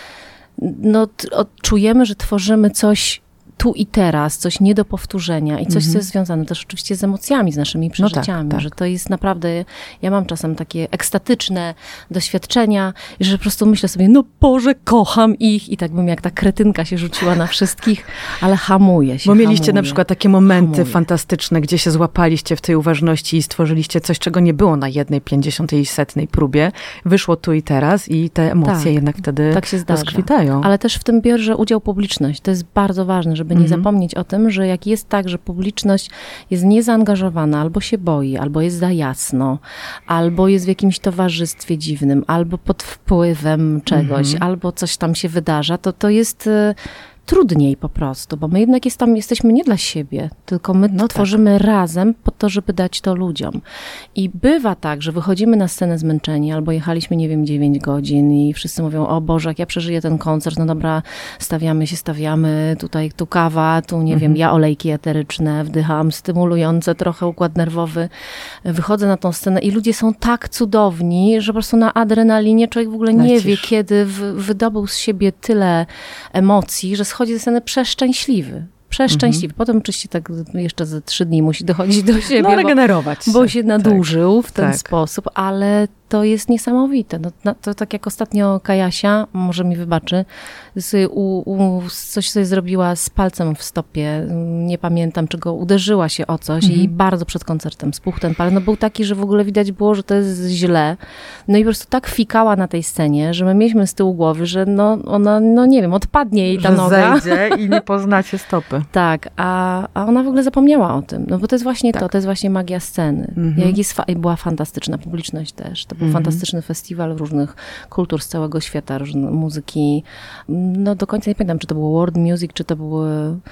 no, t- odczujemy, że tworzymy coś tu i teraz, coś nie do powtórzenia i coś, Mhm. co jest związane też oczywiście z emocjami, z naszymi No tak, przeżyciami, tak. że to jest naprawdę, ja mam czasem takie ekstatyczne doświadczenia i że po prostu myślę sobie, no Boże, kocham ich i tak bym jak ta kretynka się rzuciła na wszystkich, ale hamuję się, Bo mieliście hamuję. na przykład takie momenty Hamuję. fantastyczne, gdzie się złapaliście w tej uważności i stworzyliście coś, czego nie było na jednej pięćdziesiątej i setnej próbie. Wyszło tu i teraz i te emocje Tak, jednak wtedy tak się zdarza. rozkwitają. Ale też w tym bierze udział publiczność. To jest bardzo ważne, żeby nie Mhm. zapomnieć o tym, że jak jest tak, że publiczność jest niezaangażowana, albo się boi, albo jest za jasno, albo jest w jakimś towarzystwie dziwnym, albo pod wpływem czegoś, Mhm. albo coś tam się wydarza, to to jest y, trudniej po prostu, bo my jednak jest tam, jesteśmy nie dla siebie, tylko my No tak. tworzymy razem po to, żeby dać to ludziom. I bywa tak, że wychodzimy na scenę zmęczeni, albo jechaliśmy, nie wiem, dziewięć godzin i wszyscy mówią, o Boże, jak ja przeżyję ten koncert, no dobra, stawiamy się, stawiamy, tutaj tu kawa, tu nie wiem, ja olejki eteryczne, wdycham, stymulujące trochę układ nerwowy. Wychodzę na tą scenę i ludzie są tak cudowni, że po prostu na adrenalinie człowiek w ogóle nie Lecisz. wie, kiedy w, wydobył z siebie tyle emocji, że schodzi ze sceny przeszczęśliwy. Przeszczęśliwy. Potem oczywiście tak jeszcze ze trzy dni musi dochodzić do siebie, no bo, regenerować bo się nadużył w ten tak. sposób, ale to jest niesamowite. No, na- to tak jak ostatnio Kajasia, może mi wybaczy, sobie u, u, coś sobie zrobiła z palcem w stopie, nie pamiętam, czy go uderzyła się o coś Mhm. i bardzo przed koncertem spuchł ten palec. No był taki, że w ogóle widać było, że to jest źle. No i po prostu tak fikała na tej scenie, że my mieliśmy z tyłu głowy, że no ona, no nie wiem, odpadnie jej ta że noga. zejdzie i nie poznacie stopy. Tak, a, a ona w ogóle zapomniała o tym, no bo to jest właśnie Tak. to, to jest właśnie magia sceny. Mhm. Jak jest fa- była fantastyczna publiczność też, to był Mhm. fantastyczny festiwal różnych kultur z całego świata, różne muzyki, no do końca nie pamiętam, czy to było world music, czy to były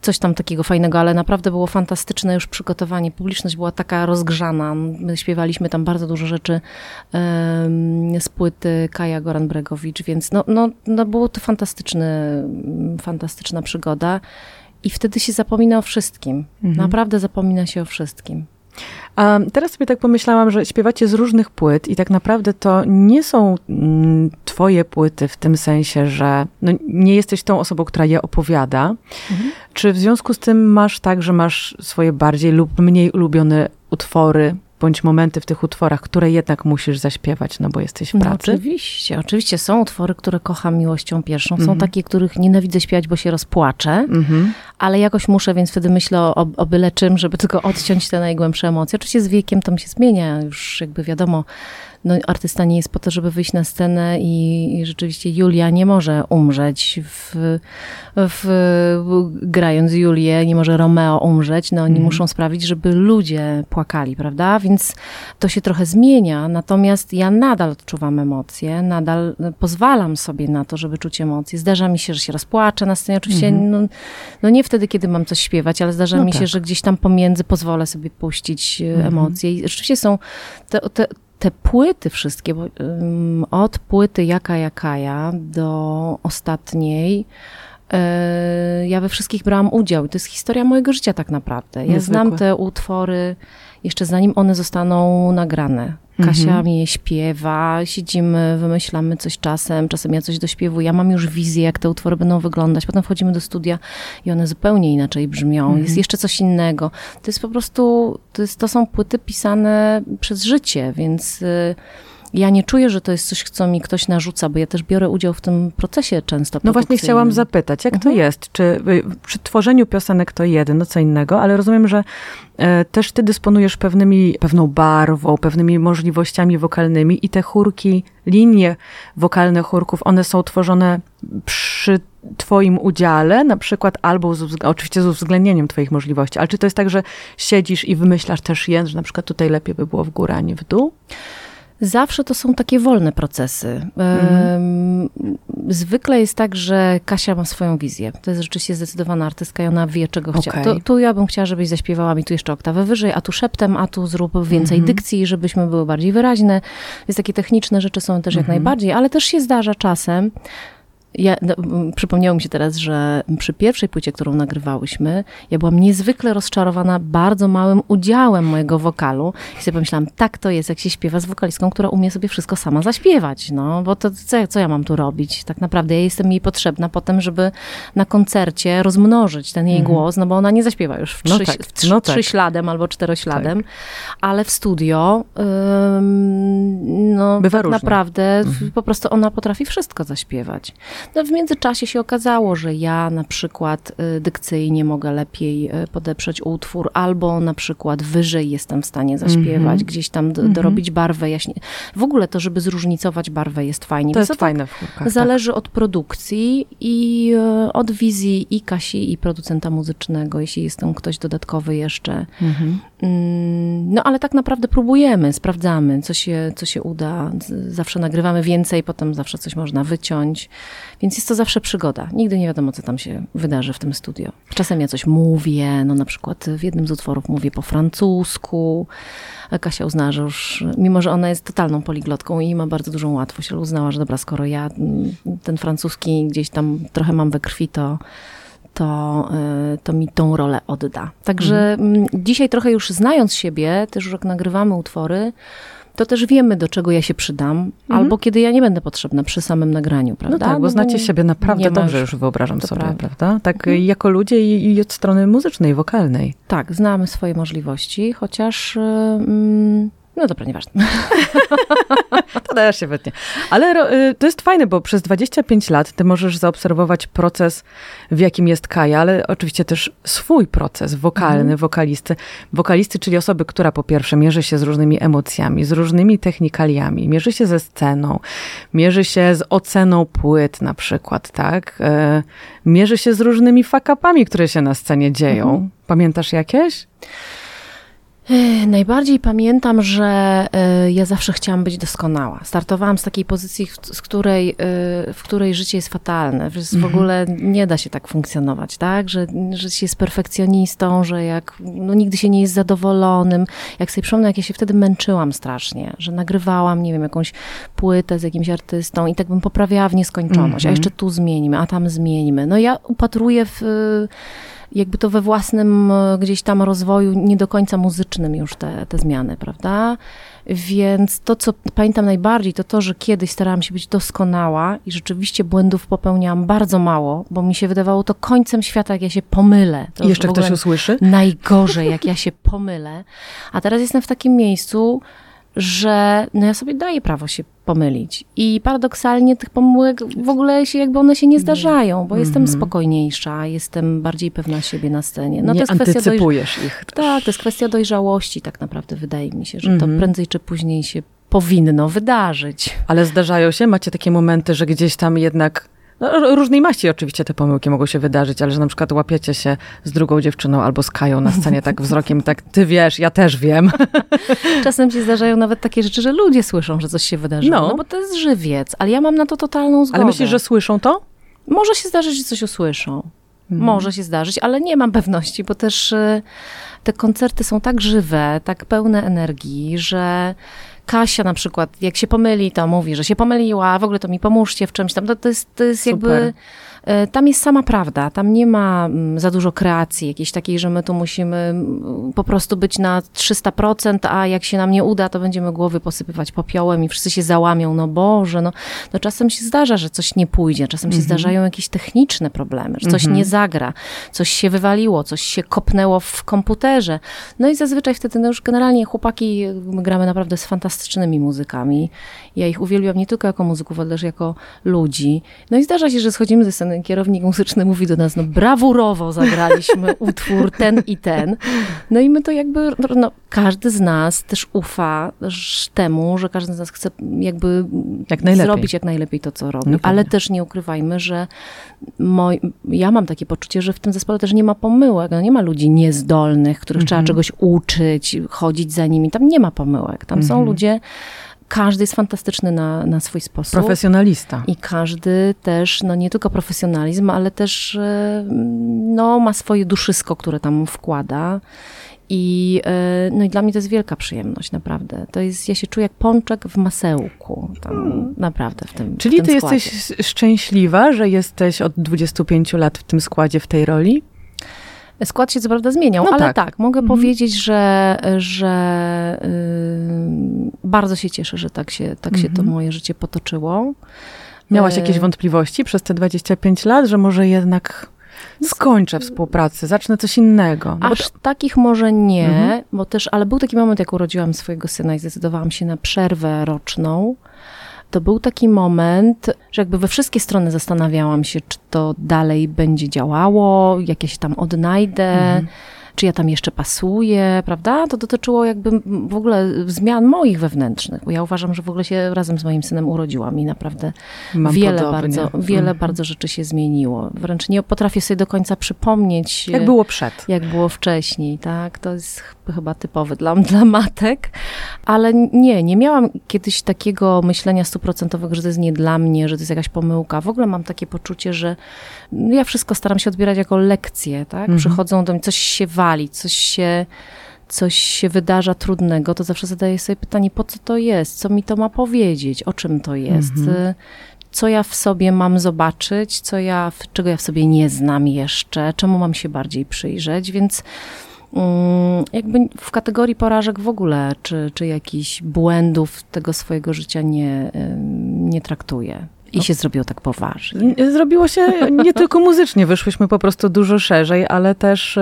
coś tam takiego fajnego, ale naprawdę było fantastyczne już przygotowanie. Publiczność była taka rozgrzana. My śpiewaliśmy tam bardzo dużo rzeczy um, z płyty Kaja Goran-Bregowicz, więc no, no, no było to fantastyczny, fantastyczna przygoda. I wtedy się zapomina o wszystkim. Mhm. Naprawdę zapomina się o wszystkim. A teraz sobie tak pomyślałam, że śpiewacie z różnych płyt i tak naprawdę to nie są mm, twoje płyty w tym sensie, że no, nie jesteś tą osobą, która je opowiada. Mhm. Czy w związku z tym masz tak, że masz swoje bardziej lub mniej ulubione utwory, bądź momenty w tych utworach, które jednak musisz zaśpiewać, no bo jesteś w pracy? No oczywiście, oczywiście. Są utwory, które kocham miłością pierwszą. Są mm-hmm. takie, których nienawidzę śpiewać, bo się rozpłaczę, mm-hmm. ale jakoś muszę, więc wtedy myślę o, o byle czym, żeby tylko odciąć te najgłębsze emocje. Oczywiście z wiekiem to mi się zmienia, już jakby wiadomo, no, artysta nie jest po to, żeby wyjść na scenę i, i rzeczywiście Julia nie może umrzeć w, w, grając Julię, nie może Romeo umrzeć, no oni mm. muszą sprawić, żeby ludzie płakali, prawda? Więc to się trochę zmienia, natomiast ja nadal odczuwam emocje, nadal pozwalam sobie na to, żeby czuć emocje. Zdarza mi się, że się rozpłaczę na scenie, oczywiście mm. no, no nie wtedy, kiedy mam coś śpiewać, ale zdarza no mi tak. się, że gdzieś tam pomiędzy pozwolę sobie puścić mm. emocje i rzeczywiście są te, te Te płyty wszystkie, bo, um, od płyty Jaka Jakaja do ostatniej, y, ja we wszystkich brałam udział. I to jest historia mojego życia tak naprawdę. Ja Niezwykłe. znam te utwory jeszcze zanim one zostaną nagrane. Kasia mhm. mi je śpiewa, siedzimy, wymyślamy coś czasem, czasem ja coś dośpiewuję. Ja mam już wizję, jak te utwory będą wyglądać. Potem wchodzimy do studia i one zupełnie inaczej brzmią. Mhm. Jest jeszcze coś innego. To jest po prostu, to, jest, to są płyty pisane przez życie, więc y, ja nie czuję, że to jest coś, co mi ktoś narzuca, bo ja też biorę udział w tym procesie często No właśnie chciałam zapytać, jak mhm. to jest? Czy przy tworzeniu piosenek to jedno, co innego, ale rozumiem, że e, też ty dysponujesz pewnymi, pewną barwą, pewnymi możliwościami wokalnymi i te chórki, linie wokalne chórków, one są tworzone przy twoim udziale, na przykład albo z, oczywiście z uwzględnieniem twoich możliwości, ale czy to jest tak, że siedzisz i wymyślasz też je, że na przykład tutaj lepiej by było w górę, a nie w dół? Zawsze to są takie wolne procesy. Mhm. Zwykle jest tak, że Kasia ma swoją wizję. To jest rzeczywiście zdecydowana artystka i ona wie, czego okay. chciała. Tu, tu ja bym chciała, żebyś zaśpiewała mi tu jeszcze oktawę wyżej, a tu szeptem, a tu zrób więcej mhm. dykcji, żebyśmy były bardziej wyraźne. Więc takie techniczne rzeczy są też mhm. jak najbardziej, ale też się zdarza czasem. Ja, no, przypomniało mi się teraz, że przy pierwszej płycie, którą nagrywałyśmy, ja byłam niezwykle rozczarowana bardzo małym udziałem mojego wokalu. I sobie pomyślałam, tak to jest, jak się śpiewa z wokalistką, która umie sobie wszystko sama zaśpiewać. No, bo to co, co ja mam tu robić? Tak naprawdę ja jestem jej potrzebna potem, żeby na koncercie rozmnożyć ten jej mhm. głos, no bo ona nie zaśpiewa już w, trzy, no tak, w trzy, no tak. trzyśladem albo czterośladem, tak. ale w studio ym, no Bywa tak różnie. naprawdę mhm. po prostu ona potrafi wszystko zaśpiewać. No w międzyczasie się okazało, że ja na przykład dykcyjnie mogę lepiej podeprzeć utwór, albo na przykład wyżej jestem w stanie zaśpiewać, mm-hmm. gdzieś tam do, dorobić barwę jaśnie. W ogóle to, żeby zróżnicować barwę jest fajnie. To Więc jest to fajne w chórkach, zależy tak. od produkcji i od wizji i Kasi, i producenta muzycznego, jeśli jest tam ktoś dodatkowy jeszcze. Mm-hmm. No ale tak naprawdę próbujemy, sprawdzamy, co się, co się uda. Zawsze nagrywamy więcej, potem zawsze coś można wyciąć. Więc jest to zawsze przygoda. Nigdy nie wiadomo, co tam się wydarzy w tym studio. Czasem ja coś mówię, no na przykład w jednym z utworów mówię po francusku. Kasia uznała, że już, mimo że ona jest totalną poliglotką i ma bardzo dużą łatwość, ale uznała, że dobra, skoro ja ten francuski gdzieś tam trochę mam we krwi, to to, to mi tą rolę odda. Także mhm. dzisiaj trochę już znając siebie, też już jak nagrywamy utwory, to też wiemy, do czego ja się przydam, mhm. albo kiedy ja nie będę potrzebna przy samym nagraniu, prawda? No tak, bo no znacie bo siebie naprawdę dobrze, już wyobrażam sobie, prawda? prawda? Tak mhm. jako ludzie i, i od strony muzycznej, wokalnej. Tak, znamy swoje możliwości, chociaż... Yy, No dobra, nieważne. To daje się wytnie. Ale to jest fajne, bo przez dwadzieścia pięć lat ty możesz zaobserwować proces, w jakim jest Kaja, ale oczywiście też swój proces wokalny, mm. wokalisty. Wokalisty, czyli osoby, która po pierwsze mierzy się z różnymi emocjami, z różnymi technikaliami, mierzy się ze sceną, mierzy się z oceną płyt na przykład, tak? Mierzy się z różnymi fuck-upami, które się na scenie dzieją. Mm. Pamiętasz jakieś? Najbardziej pamiętam, że y, ja zawsze chciałam być doskonała. Startowałam z takiej pozycji, w, z której, y, w której życie jest fatalne. Że w ogóle nie da się tak funkcjonować, tak? Że, że się jest perfekcjonistą, że jak no, nigdy się nie jest zadowolonym. Jak sobie przypomnę, jak ja się wtedy męczyłam strasznie, że nagrywałam, nie wiem, jakąś płytę z jakimś artystą i tak bym poprawiała w nieskończoność, mm-hmm. a jeszcze tu zmieńmy, a tam zmieńmy. No ja upatruję w... jakby to we własnym gdzieś tam rozwoju, nie do końca muzycznym już te, te zmiany, prawda? Więc to, co pamiętam najbardziej, to to, że kiedyś starałam się być doskonała i rzeczywiście błędów popełniałam bardzo mało, bo mi się wydawało to końcem świata, jak ja się pomylę. To I jeszcze ktoś usłyszy? Najgorzej, jak ja się pomylę. A teraz jestem w takim miejscu, że no ja sobie daję prawo się pomylić. I paradoksalnie tych pomyłek w ogóle się, jakby one się nie zdarzają, bo mm-hmm. jestem spokojniejsza, jestem bardziej pewna siebie na scenie. No, nie to jest antycypujesz dojrz- ich. Tak, to jest kwestia dojrzałości tak naprawdę, wydaje mi się, że mm-hmm. to prędzej czy później się powinno wydarzyć. Ale zdarzają się? Macie takie momenty, że gdzieś tam jednak... No, różnej maści oczywiście te pomyłki mogą się wydarzyć, ale że na przykład łapiecie się z drugą dziewczyną albo z Kają na scenie tak wzrokiem, tak ty wiesz, ja też wiem. Czasem się zdarzają nawet takie rzeczy, że ludzie słyszą, że coś się wydarzyło, no, no bo to jest żywiec, ale ja mam na to totalną zgodę. Ale myślisz, że słyszą to? Może się zdarzyć, że coś usłyszą. Hmm. Może się zdarzyć, ale nie mam pewności, bo też y, te koncerty są tak żywe, tak pełne energii, że Kasia na przykład, jak się pomyli, to mówi, że się pomyliła, w ogóle to mi pomóżcie w czymś tam. To, to jest, to jest jakby... Tam jest sama prawda, tam nie ma za dużo kreacji jakiejś takiej, że my tu musimy po prostu być na trzysta procent, a jak się nam nie uda, to będziemy głowy posypywać popiołem i wszyscy się załamią, no Boże, no, no czasem się zdarza, że coś nie pójdzie, czasem się mm-hmm. zdarzają jakieś techniczne problemy, że coś mm-hmm. nie zagra, coś się wywaliło, coś się kopnęło w komputerze. No i zazwyczaj wtedy, no już generalnie chłopaki, my gramy naprawdę z fantastycznymi muzykami. Ja ich uwielbiam nie tylko jako muzyków, ale też jako ludzi. No i zdarza się, że schodzimy ze sceny, kierownik muzyczny mówi do nas, no brawurowo zagraliśmy utwór ten i ten. No i my to jakby, no, każdy z nas też ufa temu, że każdy z nas chce jakby jak najlepiej. zrobić jak najlepiej to, co robi. No, ale też nie ukrywajmy, że moj, ja mam takie poczucie, że w tym zespole też nie ma pomyłek. No, nie ma ludzi niezdolnych, których mm-hmm. trzeba czegoś uczyć, chodzić za nimi. Tam nie ma pomyłek. Tam mm-hmm. są ludzie... Każdy jest fantastyczny na, na swój sposób. Profesjonalista. I każdy też, no nie tylko profesjonalizm, ale też no, ma swoje duszysko, które tam wkłada. I, no i dla mnie to jest wielka przyjemność, naprawdę. To jest, ja się czuję jak pączek w masełku. Tam, hmm. Naprawdę w tym Czyli w tym ty składzie. jesteś szczęśliwa, że jesteś od dwudziestu pięciu lat w tym składzie, w tej roli? Skład się co prawda zmieniał, no ale tak, tak mogę mhm. powiedzieć, że, że yy, bardzo się cieszę, że tak się, tak mhm. się to moje życie potoczyło. Miałaś jakieś wątpliwości przez te dwadzieścia pięć lat, że może jednak skończę współpracę, zacznę coś innego? No Aż to... takich może nie, mhm. bo też, ale był taki moment, jak urodziłam swojego syna i zdecydowałam się na przerwę roczną. To był taki moment, że jakby we wszystkie strony zastanawiałam się, czy to dalej będzie działało, jak ja się tam odnajdę, mhm. czy ja tam jeszcze pasuję, prawda? To dotyczyło jakby w ogóle zmian moich wewnętrznych, bo ja uważam, że w ogóle się razem z moim synem urodziłam i naprawdę Mam wiele, podobnie. bardzo, wiele mhm. bardzo rzeczy się zmieniło. Wręcz nie potrafię sobie do końca przypomnieć, jak było przed. Jak było wcześniej, tak? To jest chyba typowy dla, dla matek, ale nie, nie miałam kiedyś takiego myślenia stuprocentowego, że to jest nie dla mnie, że to jest jakaś pomyłka. W ogóle mam takie poczucie, że ja wszystko staram się odbierać jako lekcje, tak? Mhm. Przychodzą do mnie, coś się wali, coś się, coś się wydarza trudnego, to zawsze zadaję sobie pytanie, po co to jest? Co mi to ma powiedzieć? O czym to jest? Mhm. Co ja w sobie mam zobaczyć? Co ja, czego ja w sobie nie znam jeszcze? Czemu mam się bardziej przyjrzeć? Więc jakby w kategorii porażek w ogóle, czy, czy jakichś błędów tego swojego życia nie, nie traktuję. I no. się zrobiło tak poważnie. Zrobiło się nie tylko muzycznie, wyszłyśmy po prostu dużo szerzej, ale też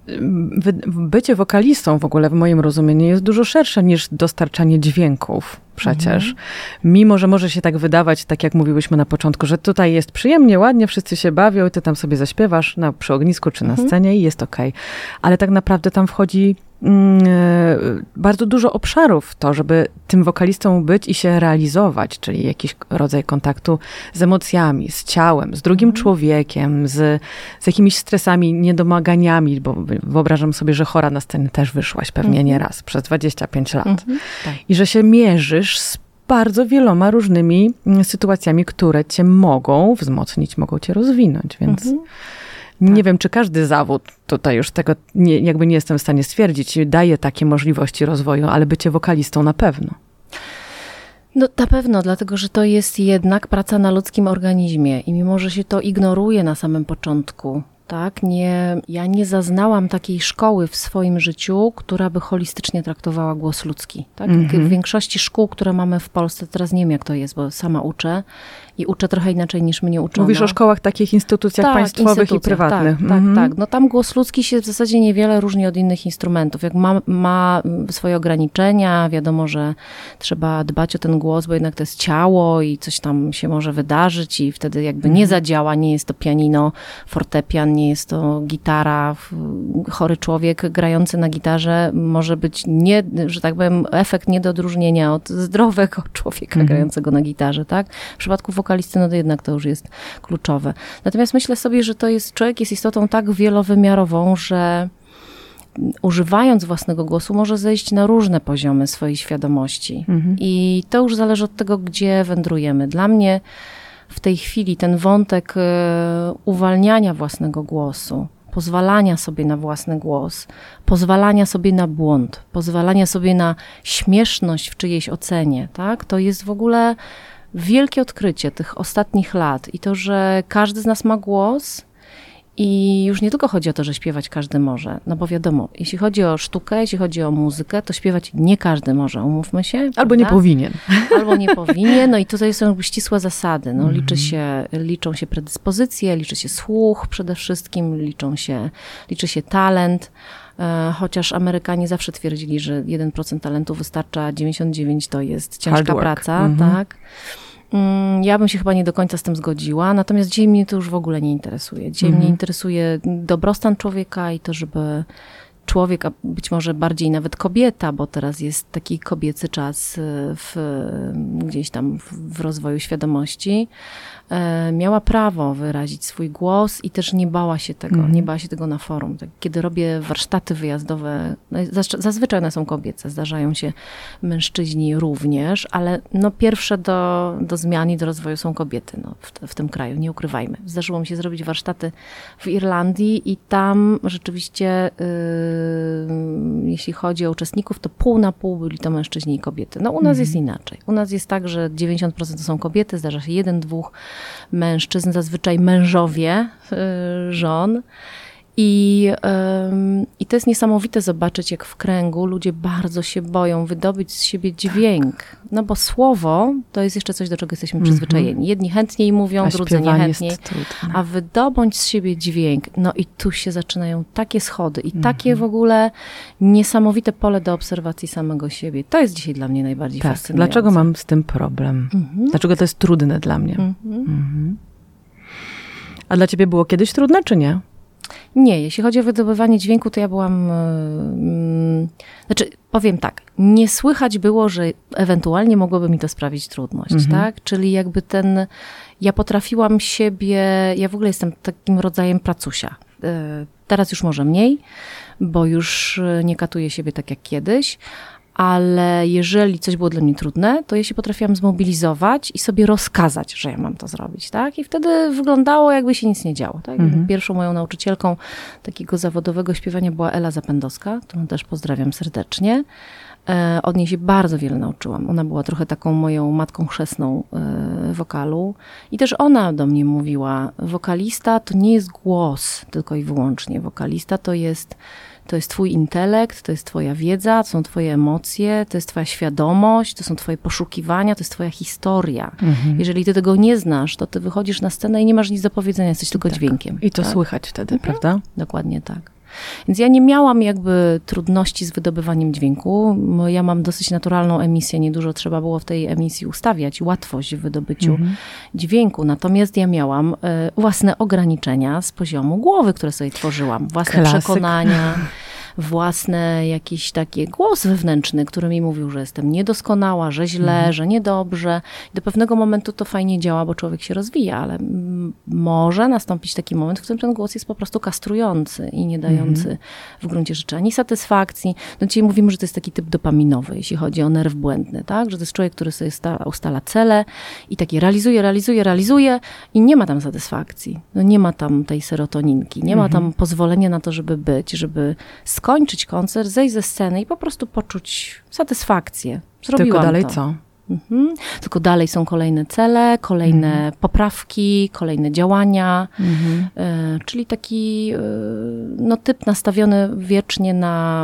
bycie wokalistą w ogóle w moim rozumieniu jest dużo szersze niż dostarczanie dźwięków. przecież. Mhm. Mimo, że może się tak wydawać, tak jak mówiłyśmy na początku, że tutaj jest przyjemnie, ładnie, wszyscy się bawią i ty tam sobie zaśpiewasz na, przy ognisku czy na Mhm. scenie i jest okej. Ale tak naprawdę tam wchodzi mm, bardzo dużo obszarów w to, żeby tym wokalistą być i się realizować, czyli jakiś rodzaj kontaktu z emocjami, z ciałem, z drugim Mhm. człowiekiem, z, z jakimiś stresami, niedomaganiami, bo wyobrażam sobie, że chora na scenę też wyszłaś pewnie Mhm. nie raz, przez dwadzieścia pięć lat. Mhm. Tak. I że się mierzysz z bardzo wieloma różnymi mm, sytuacjami, które cię mogą wzmocnić, mogą cię rozwinąć, więc Mhm. nie Tak. wiem, czy każdy zawód, tutaj już tego nie, jakby nie jestem w stanie stwierdzić, daje takie możliwości rozwoju, ale bycie wokalistą na pewno. No na pewno, dlatego że to jest jednak praca na ludzkim organizmie i mimo, że się to ignoruje na samym początku, tak, nie, ja nie zaznałam takiej szkoły w swoim życiu, która by holistycznie traktowała głos ludzki. Tak? Mhm. W większości szkół, które mamy w Polsce, teraz nie wiem jak to jest, bo sama uczę i uczę trochę inaczej niż mnie uczono. Mówisz o szkołach, takich instytucjach Tak, państwowych i instytucjach, prywatnych. Tak, Mhm. tak, tak. No tam głos ludzki się w zasadzie niewiele różni od innych instrumentów. Jak ma, ma swoje ograniczenia, wiadomo, że trzeba dbać o ten głos, bo jednak to jest ciało i coś tam się może wydarzyć i wtedy jakby nie zadziała, nie jest to pianino, fortepian, nie jest to gitara. Chory człowiek grający na gitarze może być, nie, że tak powiem, efekt nie do odróżnienia od zdrowego człowieka Mhm. grającego na gitarze, tak? W przypadku wokalisty, no to jednak to już jest kluczowe. Natomiast myślę sobie, że to jest, człowiek jest istotą tak wielowymiarową, że używając własnego głosu może zejść na różne poziomy swojej świadomości. Mhm. I to już zależy od tego, gdzie wędrujemy. Dla mnie w tej chwili ten wątek e, uwalniania własnego głosu, pozwalania sobie na własny głos, pozwalania sobie na błąd, pozwalania sobie na śmieszność w czyjejś ocenie, tak? To jest w ogóle wielkie odkrycie tych ostatnich lat i to, że każdy z nas ma głos i już nie tylko chodzi o to, że śpiewać każdy może, no bo wiadomo, jeśli chodzi o sztukę, jeśli chodzi o muzykę, to śpiewać nie każdy może, umówmy się. Albo prawda? nie powinien. Albo nie powinien, no i tutaj są jakby ścisłe zasady. No, liczy się, liczą się predyspozycje, liczy się słuch przede wszystkim, liczą się, liczy się talent. E, chociaż Amerykanie zawsze twierdzili, że jeden procent talentu wystarcza, dziewięćdziesiąt dziewięć procent to jest ciężka Hard work. praca, Mhm. tak. Mm, Ja bym się chyba nie do końca z tym zgodziła, natomiast dzisiaj mnie to już w ogóle nie interesuje. Dzisiaj Mhm. mnie interesuje dobrostan człowieka i to, żeby człowiek, a być może bardziej nawet kobieta, bo teraz jest taki kobiecy czas w, gdzieś tam w, w rozwoju świadomości, e, miała prawo wyrazić swój głos i też nie bała się tego, Mhm. nie bała się tego na forum. Tak, kiedy robię warsztaty wyjazdowe, no, zazz- zazwyczaj one są kobiece, zdarzają się mężczyźni również, ale no, pierwsze do, do zmian i do rozwoju są kobiety no, w, w tym kraju, nie ukrywajmy. Zdarzyło mi się zrobić warsztaty w Irlandii i tam rzeczywiście Yy, jeśli chodzi o uczestników, to pół na pół byli to mężczyźni i kobiety. No u nas jest inaczej. U nas jest tak, że dziewięćdziesiąt procent to są kobiety, zdarza się jeden, dwóch mężczyzn, zazwyczaj mężowie yy, żon. I, ym, I to jest niesamowite zobaczyć, jak w kręgu ludzie bardzo się boją wydobyć z siebie dźwięk. No bo słowo to jest jeszcze coś, do czego jesteśmy przyzwyczajeni. Jedni chętniej mówią, A drudzy śpiewanie niechętniej. jest trudne. A wydobądź z siebie dźwięk, no i tu się zaczynają takie schody i takie w ogóle niesamowite pole do obserwacji samego siebie. To jest dzisiaj dla mnie najbardziej Tak. fascynujące. Dlaczego mam z tym problem? Mhm. Dlaczego to jest trudne dla mnie? Mhm. Mhm. A dla ciebie było kiedyś trudne, czy nie? Nie, jeśli chodzi o wydobywanie dźwięku, to ja byłam, yy, znaczy powiem tak, nie słychać było, że ewentualnie mogłoby mi to sprawić trudność, Mhm. tak? Czyli jakby ten, ja potrafiłam siebie, ja w ogóle jestem takim rodzajem pracusia. Yy, teraz już może mniej, bo już nie katuję siebie tak jak kiedyś, ale jeżeli coś było dla mnie trudne, to ja się potrafiłam zmobilizować i sobie rozkazać, że ja mam to zrobić, tak? I wtedy wyglądało, jakby się nic nie działo, tak? Mhm. Pierwszą moją nauczycielką takiego zawodowego śpiewania była Ela Zapędowska, którą też pozdrawiam serdecznie. E, Od niej się bardzo wiele nauczyłam. Ona była trochę taką moją matką chrzestną e, wokalu. I też ona do mnie mówiła, wokalista to nie jest głos tylko i wyłącznie. Wokalista to jest To jest twój intelekt, to jest twoja wiedza, to są twoje emocje, to jest twoja świadomość, to są twoje poszukiwania, to jest twoja historia. Mhm. Jeżeli ty tego nie znasz, to ty wychodzisz na scenę i nie masz nic do powiedzenia, jesteś tylko Tak. dźwiękiem. I to tak? słychać wtedy, prawda? Dokładnie tak. Więc ja nie miałam jakby trudności z wydobywaniem dźwięku. Ja mam dosyć naturalną emisję, niedużo trzeba było w tej emisji ustawiać, łatwość w wydobyciu mhm. dźwięku. Natomiast ja miałam y, własne ograniczenia z poziomu głowy, które sobie tworzyłam, własne Klasyk. przekonania. Własne jakiś taki głos wewnętrzny, który mi mówił, że jestem niedoskonała, że źle, mhm. że niedobrze. Do pewnego momentu to fajnie działa, bo człowiek się rozwija, ale m- może nastąpić taki moment, w którym ten głos jest po prostu kastrujący i nie dający mhm. w gruncie rzeczy ani satysfakcji. No dzisiaj mówimy, że to jest taki typ dopaminowy, jeśli chodzi o nerw błędny, tak? Że to jest człowiek, który sobie sta- ustala cele i taki realizuje, realizuje, realizuje i nie ma tam satysfakcji. No nie ma tam tej serotoninki, nie ma mhm. tam pozwolenia na to, żeby być, żeby skończyć koncert, zejść ze sceny i po prostu poczuć satysfakcję. Zrobiłam Tylko dalej to. co? Mhm. Tylko dalej są kolejne cele, kolejne mhm. poprawki, kolejne działania, mhm. y, czyli taki y, no, typ nastawiony wiecznie na,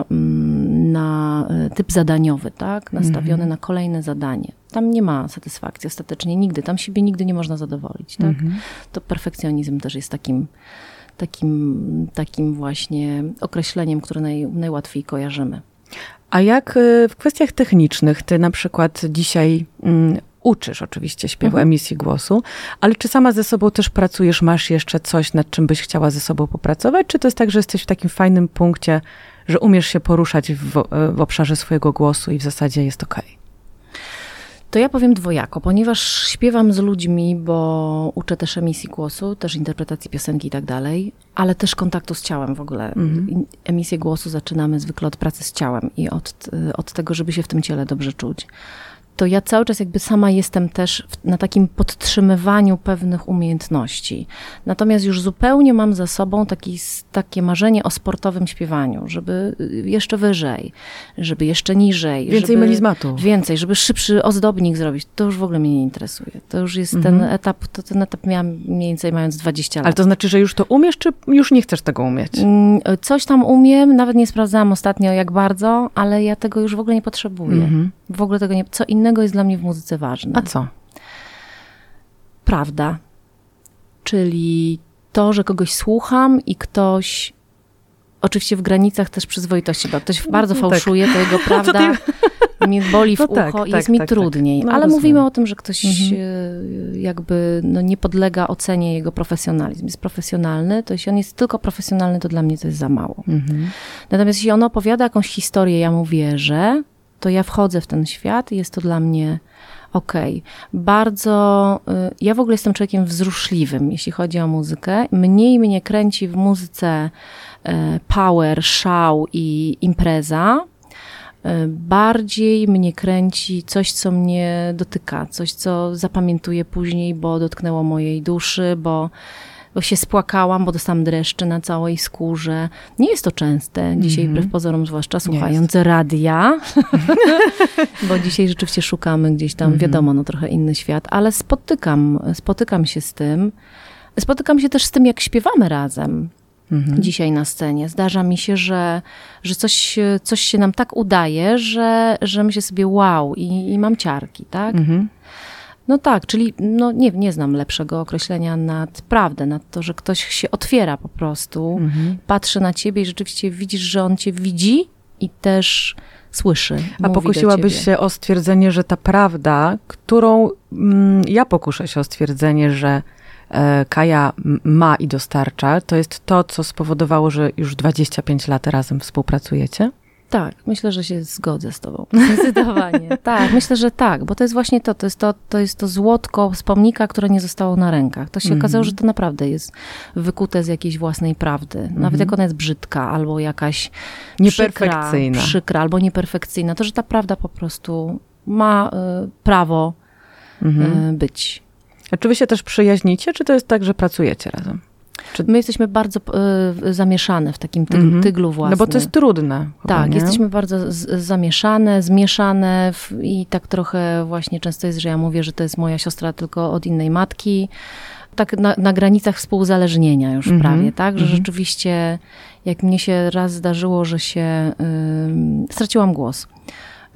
na y, typ zadaniowy, tak? Nastawiony mhm. na kolejne zadanie. Tam nie ma satysfakcji ostatecznie nigdy, tam siebie nigdy nie można zadowolić. Tak? Mhm. To perfekcjonizm też jest takim Takim, takim właśnie określeniem, które naj, najłatwiej kojarzymy. A jak w kwestiach technicznych, ty na przykład dzisiaj um, uczysz oczywiście śpiewu, mhm. emisji głosu, ale czy sama ze sobą też pracujesz, masz jeszcze coś, nad czym byś chciała ze sobą popracować? Czy to jest tak, że jesteś w takim fajnym punkcie, że umiesz się poruszać w, w obszarze swojego głosu i w zasadzie jest okej? To ja powiem dwojako, ponieważ śpiewam z ludźmi, bo uczę też emisji głosu, też interpretacji piosenki i tak dalej, ale też kontaktu z ciałem w ogóle. Mhm. Emisję głosu zaczynamy zwykle od pracy z ciałem i od, od tego, żeby się w tym ciele dobrze czuć. To ja cały czas jakby sama jestem też w, na takim podtrzymywaniu pewnych umiejętności. Natomiast już zupełnie mam za sobą taki, takie marzenie o sportowym śpiewaniu, żeby jeszcze wyżej, żeby jeszcze niżej. Więcej żeby, melizmatów. Więcej, żeby szybszy ozdobnik zrobić. To już w ogóle mnie nie interesuje. To już jest mhm. ten etap, to ten etap miałam mniej więcej mając dwadzieścia lat. Ale to znaczy, że już to umiesz, czy już nie chcesz tego umieć? Coś tam umiem, nawet nie sprawdzałam ostatnio jak bardzo, ale ja tego już w ogóle nie potrzebuję. Mhm. W ogóle tego nie, co innego jest dla mnie w muzyce ważne. A co? Prawda. Czyli to, że kogoś słucham i ktoś, oczywiście w granicach też przyzwoitości, bo ktoś bardzo fałszuje, no tak. to jego prawda to mnie boli w no ucho tak, i tak, jest mi tak, trudniej. tak. No, ale rozumiem. mówimy o tym, że ktoś mhm. jakby no, nie podlega ocenie jego profesjonalizm. Jest profesjonalny, to jeśli on jest tylko profesjonalny, to dla mnie to jest za mało. Mhm. Natomiast jeśli on opowiada jakąś historię, ja mu wierzę, to ja wchodzę w ten świat i jest to dla mnie okej. Okay. Bardzo, y, ja w ogóle jestem człowiekiem wzruszliwym, jeśli chodzi o muzykę. Mniej mnie kręci w muzyce y, power, szał i impreza. Y, bardziej mnie kręci coś, co mnie dotyka, coś, co zapamiętuję później, bo dotknęło mojej duszy, bo bo się spłakałam, bo dostałam dreszcze na całej skórze. Nie jest to częste dzisiaj, mm-hmm. wbrew pozorom, zwłaszcza słuchając radia, bo dzisiaj rzeczywiście szukamy gdzieś tam, mm-hmm. wiadomo, no trochę inny świat, ale spotykam, spotykam się z tym. Spotykam się też z tym, jak śpiewamy razem mm-hmm. dzisiaj na scenie. Zdarza mi się, że, że coś, coś się nam tak udaje, że, że myślę sobie wow i, i mam ciarki, tak? Mm-hmm. No tak, czyli no nie, nie znam lepszego określenia nad prawdę, nad to, że ktoś się otwiera po prostu, mhm. patrzy na ciebie i rzeczywiście widzisz, że on cię widzi i też słyszy. A pokusiłabyś się o stwierdzenie, że ta prawda, którą mm, ja pokuszę się o stwierdzenie, że e, Kaja ma i dostarcza, to jest to, co spowodowało, że już dwadzieścia pięć lat razem współpracujecie? Tak, myślę, że się zgodzę z tobą. Zdecydowanie. Tak, myślę, że tak, bo to jest właśnie to, to jest to, to jest to złotko z pomnika, które nie zostało na rękach. To się mm-hmm. okazało, że to naprawdę jest wykute z jakiejś własnej prawdy. Mm-hmm. Nawet jak ona jest brzydka, albo jakaś nieperfekcyjna. Przykra, przykra, albo nieperfekcyjna, to, że ta prawda po prostu ma y, prawo mm-hmm. y, być. A czy wy się też przyjaźnicie, czy to jest tak, że pracujecie razem? Czy... My jesteśmy bardzo y, zamieszane w takim tyg- mm-hmm. tyglu własnym. No bo to jest trudne. Chyba, tak, nie? jesteśmy bardzo z- zamieszane, zmieszane w, i tak trochę właśnie często jest, że ja mówię, że to jest moja siostra tylko od innej matki. Tak na, na granicach współuzależnienia już mm-hmm. prawie, tak? Że mm-hmm. rzeczywiście jak mnie się raz zdarzyło, że się y, straciłam głos.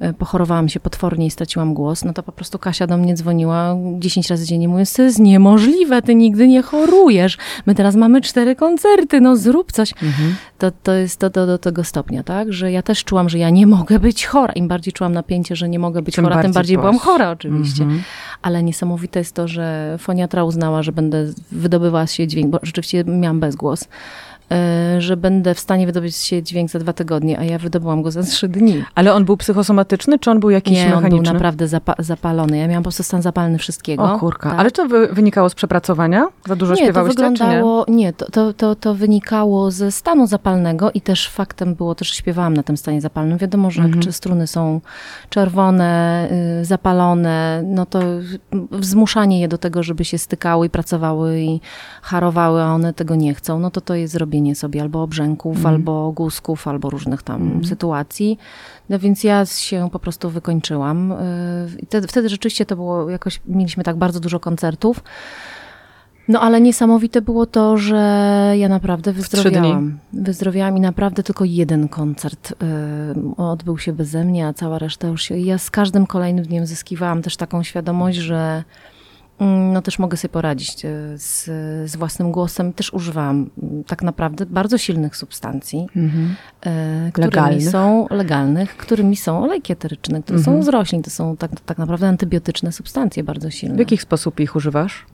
pochorowałam się potwornie i straciłam głos, no to po prostu Kasia do mnie dzwoniła dziesięć razy dziennie, mówiąc, to jest niemożliwe, ty nigdy nie chorujesz, my teraz mamy cztery koncerty, no zrób coś. Mhm. To, to jest to, to do tego stopnia, tak, że ja też czułam, że ja nie mogę być chora. Im bardziej czułam napięcie, że nie mogę być tym chora, bardziej tym bardziej byłam chora oczywiście. Mhm. Ale niesamowite jest to, że foniatra uznała, że będę wydobywała z siebie dźwięk, bo rzeczywiście miałam bezgłos, że będę w stanie wydobyć się dźwięk za dwa tygodnie, a ja wydobyłam go za trzy dni. Ale on był psychosomatyczny, czy on był jakiś Nie, mechaniczny? on był naprawdę zapa- zapalony. Ja miałam po prostu stan zapalny wszystkiego. O kurka, tak. Ale to wy- wynikało z przepracowania? Za dużo nie, śpiewałyście, to wyglądało, czy nie? Nie, to, to, to, to wynikało ze stanu zapalnego i też faktem było to, że śpiewałam na tym stanie zapalnym. Wiadomo, że mhm. jak czy struny są czerwone, y, zapalone, no to zmuszanie je do tego, żeby się stykały i pracowały i harowały, a one tego nie chcą, no to to jest zrobienie sobie albo obrzęków, mm. albo guzków, albo różnych tam mm. sytuacji. No więc ja się po prostu wykończyłam. Wtedy, wtedy rzeczywiście to było jakoś, mieliśmy tak bardzo dużo koncertów. No ale niesamowite było to, że ja naprawdę wyzdrowiałam. Wyzdrowiałam i naprawdę tylko jeden koncert y, odbył się beze mnie, a cała reszta już się... Ja z każdym kolejnym dniem zyskiwałam też taką świadomość, że no też mogę sobie poradzić z, z własnym głosem. Też używałam tak naprawdę bardzo silnych substancji, mm-hmm. y, którymi legalnych. są legalnych, którymi są olejki eteryczne, które mm-hmm. są z roślin. To są tak, tak naprawdę antybiotyczne substancje bardzo silne. W jaki sposób ich używasz?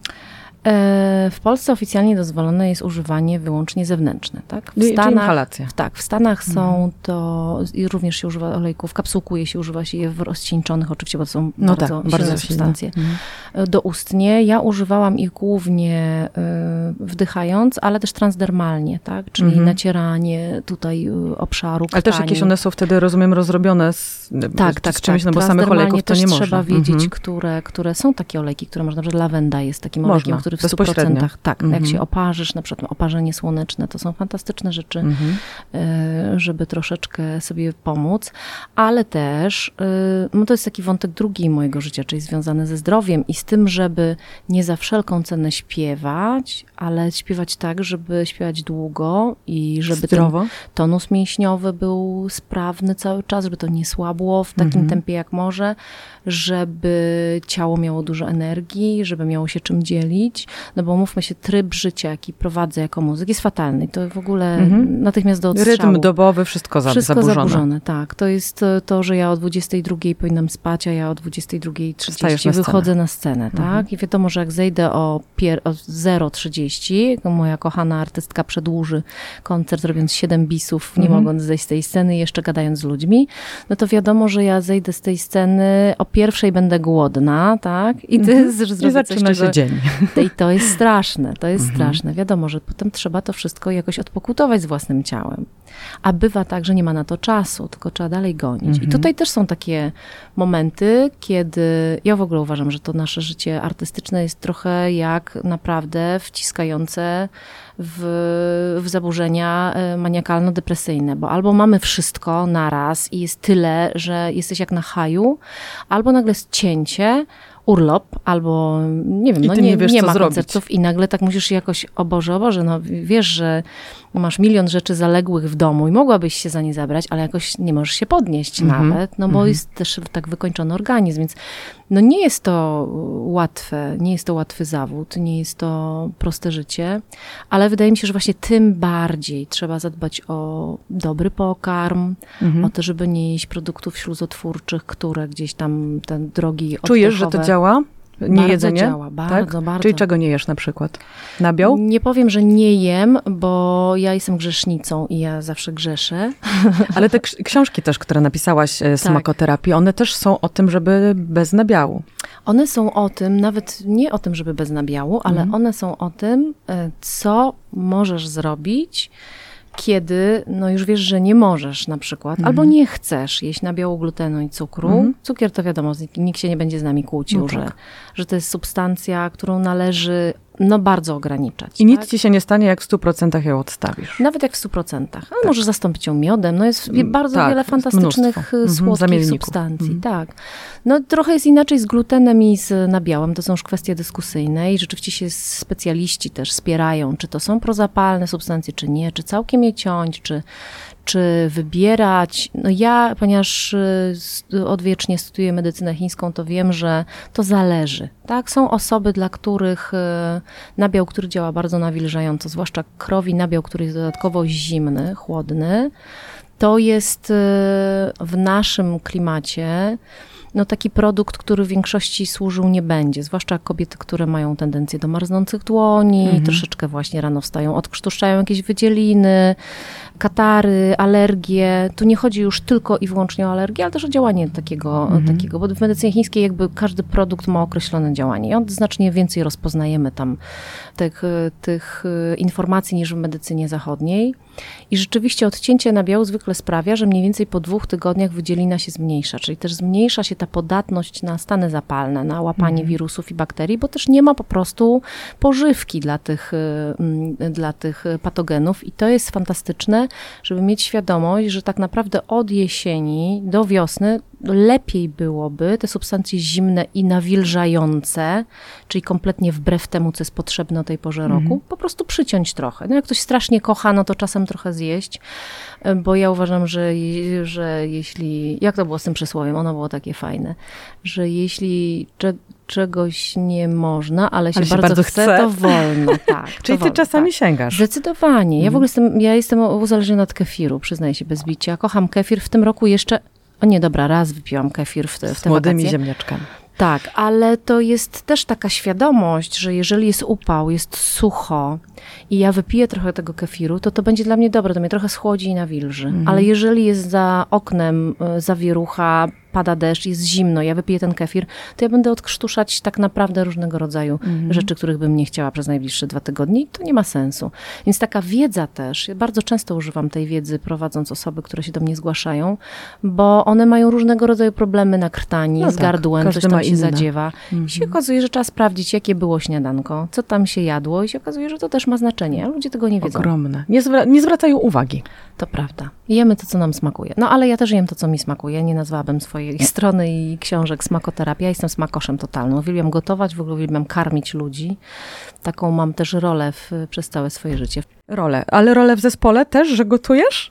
W Polsce oficjalnie dozwolone jest używanie wyłącznie zewnętrzne. Tak? W Stanach, czyli inhalacja. Tak, w Stanach mhm. są to, i również się używa olejków, kapsułkuje się, używa się je w rozcieńczonych oczywiście, bo to są no bardzo, tak, bardzo substancje. Mhm. Doustnie. Ja używałam ich głównie y, wdychając, ale też transdermalnie, tak? Czyli mhm. nacieranie tutaj y, obszaru krtani. Ale też jakieś one są wtedy, rozumiem, rozrobione z, tak, z tak, czymś, tak. no bo samych olejków to nie można. trzeba wiedzieć, mhm. które, które są takie olejki, które można, na przykład lawenda jest takim olejkiem, można. który w stu procentach, tak, mhm. jak się oparzysz, na przykład oparzenie słoneczne, to są fantastyczne rzeczy, mhm. żeby troszeczkę sobie pomóc, ale też, no to jest taki wątek drugi mojego życia, czyli związany ze zdrowiem i z tym, żeby nie za wszelką cenę śpiewać, ale śpiewać tak, żeby śpiewać długo i żeby zdrowo. Ten tonus mięśniowy był sprawny cały czas, żeby to nie słabło w takim mhm. tempie jak może, żeby ciało miało dużo energii, żeby miało się czym dzielić, no bo mówmy się, tryb życia, jaki prowadzę jako muzyk, jest fatalny i to w ogóle mhm. natychmiast do odstrzału. Rytm dobowy, wszystko, za, wszystko zaburzone. zaburzone. Tak, to jest to, że ja o dwudziestej drugiej powinnam spać, a ja o dwudziestej drugiej trzydzieści wychodzę na scenę, mhm. tak? I wiadomo, że jak zejdę o, pier- o zero trzydzieści, moja kochana artystka przedłuży koncert, robiąc siedem bisów, nie mhm. mogąc zejść z tej sceny, jeszcze gadając z ludźmi, no to wiadomo, że ja zejdę z tej sceny, o pierwszej będę głodna, tak? I ty mhm. zrobię I zaczyna coś, się czego... dzień. I to jest straszne, to jest mhm. straszne. Wiadomo, że potem trzeba to wszystko jakoś odpokutować z własnym ciałem. A bywa tak, że nie ma na to czasu, tylko trzeba dalej gonić. Mhm. I tutaj też są takie momenty, kiedy ja w ogóle uważam, że to nasze życie artystyczne jest trochę jak naprawdę wciskające w, w zaburzenia maniakalno-depresyjne, bo albo mamy wszystko naraz i jest tyle, że jesteś jak na haju, albo nagle jest cięcie, urlop, albo nie wiem, no nie, nie, wiesz, nie ma zrobić. Koncertów i nagle tak musisz jakoś, o Boże, o Boże, no wiesz, że masz milion rzeczy zaległych w domu i mogłabyś się za nie zabrać, ale jakoś nie możesz się podnieść mm-hmm. nawet, no bo mm-hmm. jest też tak wykończony organizm, więc no nie jest to łatwe, nie jest to łatwy zawód, nie jest to proste życie, ale wydaje mi się, że właśnie tym bardziej trzeba zadbać o dobry pokarm, mm-hmm. o to, żeby nie jeść produktów śluzotwórczych, które gdzieś tam te drogi oddechowe. Czujesz, że to działa? Nie bardzo jedzenie? działa, bardzo, tak? bardzo. Czyli czego nie jesz na przykład? Nabiał? Nie powiem, że nie jem, bo ja jestem grzesznicą i ja zawsze grzeszę. Ale te książki też, które napisałaś, tak. Smakoterapii, one też są o tym, żeby bez nabiału. One są o tym, nawet nie o tym, żeby bez nabiału, ale mm. one są o tym, co możesz zrobić, kiedy no już wiesz, że nie możesz na przykład, mm. albo nie chcesz jeść nabiału, glutenu i cukru. Mm. Cukier to wiadomo, nikt się nie będzie z nami kłócił, no tak. że, że to jest substancja, którą należy no bardzo ograniczać. I tak? nic ci się nie stanie, jak w stu procentach ją odstawisz. Nawet jak w stu procentach. Ale tak. możesz zastąpić ją miodem. No jest bardzo tak, wiele fantastycznych mnóstwo. słodkich mhm, substancji. Mhm. Tak. No trochę jest inaczej z glutenem i z nabiałem. To są już kwestie dyskusyjne i rzeczywiście się specjaliści też spierają, czy to są prozapalne substancje, czy nie, czy całkiem je ciąć, czy czy wybierać? No ja, ponieważ odwiecznie studiuję medycynę chińską, to wiem, że to zależy. Tak? Są osoby, dla których nabiał, który działa bardzo nawilżająco, zwłaszcza krowi nabiał, który jest dodatkowo zimny, chłodny, to jest w naszym klimacie no taki produkt, który w większości służył nie będzie, zwłaszcza kobiety, które mają tendencję do marznących dłoni, mhm. troszeczkę właśnie rano wstają, odkrztuszczają jakieś wydzieliny, katary, alergie. Tu nie chodzi już tylko i wyłącznie o alergię, ale też o działanie takiego, mhm. takiego, bo w medycynie chińskiej jakby każdy produkt ma określone działanie i on znacznie więcej rozpoznajemy tam tych, tych informacji niż w medycynie zachodniej. I rzeczywiście odcięcie nabiału zwykle sprawia, że mniej więcej po dwóch tygodniach wydzielina się zmniejsza, czyli też zmniejsza się ta podatność na stany zapalne, na łapanie mhm. wirusów i bakterii, bo też nie ma po prostu pożywki dla tych, dla tych patogenów i to jest fantastyczne, żeby mieć świadomość, że tak naprawdę od jesieni do wiosny lepiej byłoby te substancje zimne i nawilżające, czyli kompletnie wbrew temu, co jest potrzebne o tej porze roku, mm. po prostu przyciąć trochę. No jak ktoś strasznie kocha, no to czasem trochę zjeść, bo ja uważam, że, że jeśli, jak to było z tym przysłowiem, ono było takie fajne, że jeśli cze, czegoś nie można, ale się, ale się bardzo, bardzo chce, chce, to wolno. Tak, czyli to ty wolno, czasami tak. sięgasz. Zdecydowanie. Ja w ogóle jestem, ja jestem uzależniona od kefiru, przyznaję się bez bicia. Kocham kefir. W tym roku jeszcze O nie, dobra, raz wypiłam kefir w te, w te z młodymi wakacje. ziemniaczkami. Tak, ale to jest też taka świadomość, że jeżeli jest upał, jest sucho i ja wypiję trochę tego kefiru, to to będzie dla mnie dobre, to mnie trochę schłodzi i nawilży. Mhm. Ale jeżeli jest za oknem zawierucha, pada deszcz, jest zimno, ja wypiję ten kefir, to ja będę odkrztuszać tak naprawdę różnego rodzaju mhm. rzeczy, których bym nie chciała przez najbliższe dwa tygodnie i to nie ma sensu. Więc taka wiedza też, ja bardzo często używam tej wiedzy, prowadząc osoby, które się do mnie zgłaszają, bo one mają różnego rodzaju problemy na krtani, no z tak, gardłem, coś tam się inne. zadziewa. Mhm. I się okazuje, że trzeba sprawdzić, jakie było śniadanko, co tam się jadło i się okazuje, że to też ma znaczenie, a ludzie tego nie wiedzą. Ogromne. Nie, zwra- nie zwracają uwagi. To prawda. Jemy to, co nam smakuje. No ale ja też jem to, co mi smakuje. Nie nazwałabym swojej strony i książek smakoterapia. Ja jestem smakoszem totalną. Uwielbiam gotować, w ogóle uwielbiam karmić ludzi. Taką mam też rolę w, przez całe swoje życie. Rolę. Ale rolę w zespole też, że gotujesz?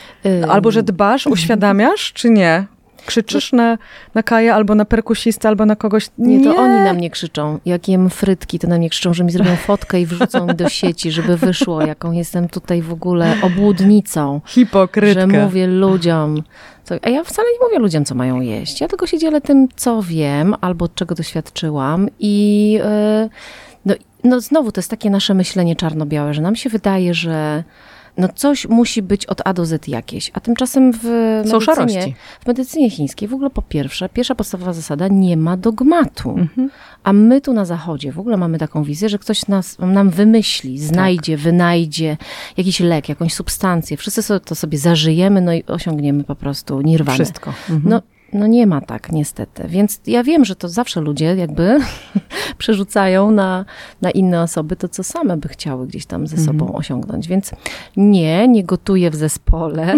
Albo że dbasz, uświadamiasz, czy nie? Krzyczysz na, na Kaję, albo na perkusistę, albo na kogoś. Nie, nie, to oni na mnie krzyczą. Jak jem frytki, to na mnie krzyczą, że mi zrobią fotkę i wrzucą mi do sieci, żeby wyszło, jaką jestem tutaj w ogóle obłudnicą. Hipokrytka. Że mówię ludziom. Co, a ja wcale nie mówię ludziom, co mają jeść. Ja tylko się dzielę tym, co wiem, albo od czego doświadczyłam. I yy, no, no znowu to jest takie nasze myślenie czarno-białe, że nam się wydaje, że no coś musi być od A do Z jakieś, a tymczasem w medycynie, w medycynie chińskiej w ogóle po pierwsze, pierwsza podstawowa zasada, nie ma dogmatu. Mhm. A my tu na zachodzie w ogóle mamy taką wizję, że ktoś nas, nam wymyśli, znajdzie, tak. wynajdzie jakiś lek, jakąś substancję. Wszyscy sobie to sobie zażyjemy, no i osiągniemy po prostu nirwanę. Wszystko. Mhm. No, No nie ma tak, niestety. Więc ja wiem, że to zawsze ludzie jakby przerzucają na, na inne osoby to, co same by chciały gdzieś tam ze sobą mm. osiągnąć. Więc nie, nie gotuję w zespole.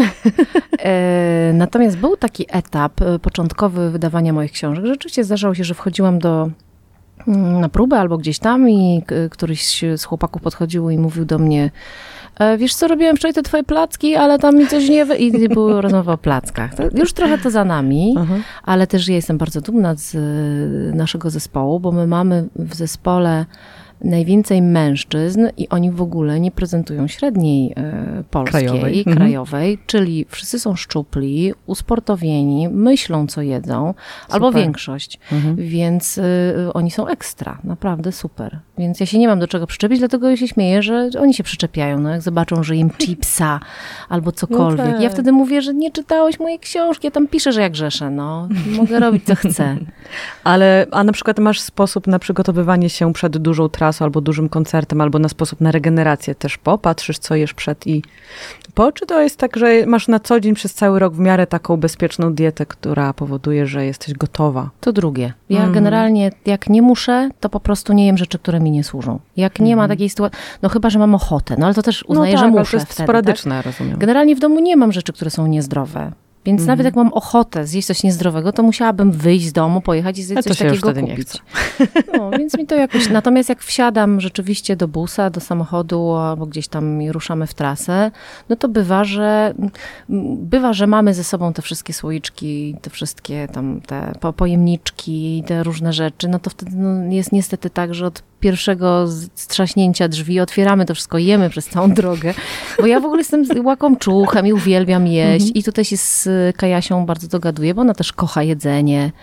e, natomiast był taki etap początkowy wydawania moich książek. Rzeczywiście zdarzało się, że wchodziłam do na próbę albo gdzieś tam i któryś z chłopaków podchodził i mówił do mnie: wiesz co, robiłem wczoraj te twoje placki, ale tam mi coś nie... Wy... I była rozmowa o plackach. To już trochę to za nami, uh-huh. ale też ja jestem bardzo dumna z naszego zespołu, bo my mamy w zespole najwięcej mężczyzn i oni w ogóle nie prezentują średniej y, polskiej, krajowej, krajowej mhm. czyli wszyscy są szczupli, usportowieni, myślą, co jedzą, super. Albo większość, mhm. więc y, oni są ekstra, naprawdę super. Więc ja się nie mam do czego przyczepić, dlatego się śmieję, że oni się przyczepiają, no, jak zobaczą, że im chipsa albo cokolwiek. No tak. Ja wtedy mówię, że nie czytałeś mojej książki, ja tam piszę, że ja grzeszę, no, mogę robić, co chcę. Ale, a na przykład masz sposób na przygotowywanie się przed dużą trasą, albo dużym koncertem, albo na sposób na regenerację też po? Patrzysz, co jesz przed i po? Czy to jest tak, że masz na co dzień przez cały rok w miarę taką bezpieczną dietę, która powoduje, że jesteś gotowa? To drugie. Ja mm. generalnie, jak nie muszę, to po prostu nie jem rzeczy, które mi nie służą. Jak nie mm. ma takiej sytuacji, no chyba, że mam ochotę, no ale to też uznaję, no tak, że muszę. Ale to jest wtedy, sporadyczne, tak? rozumiem. Generalnie w domu nie mam rzeczy, które są niezdrowe. Więc Mhm. nawet jak mam ochotę zjeść coś niezdrowego, to musiałabym wyjść z domu, pojechać i A zjeść to coś się już takiego wtedy nie kupić. chce. No, więc mi to jakoś... Natomiast jak wsiadam rzeczywiście do busa, do samochodu, albo gdzieś tam i ruszamy w trasę, no to bywa, że bywa, że mamy ze sobą te wszystkie słoiczki, te wszystkie tam te po- pojemniczki, te różne rzeczy, no to wtedy no, jest niestety tak, że od pierwszego strzaśnięcia drzwi otwieramy to wszystko, jemy przez całą drogę, bo ja w ogóle jestem łakomczuchem i uwielbiam jeść Mhm. i tutaj się z Kajasią bardzo dogaduję, bo ona też kocha jedzenie.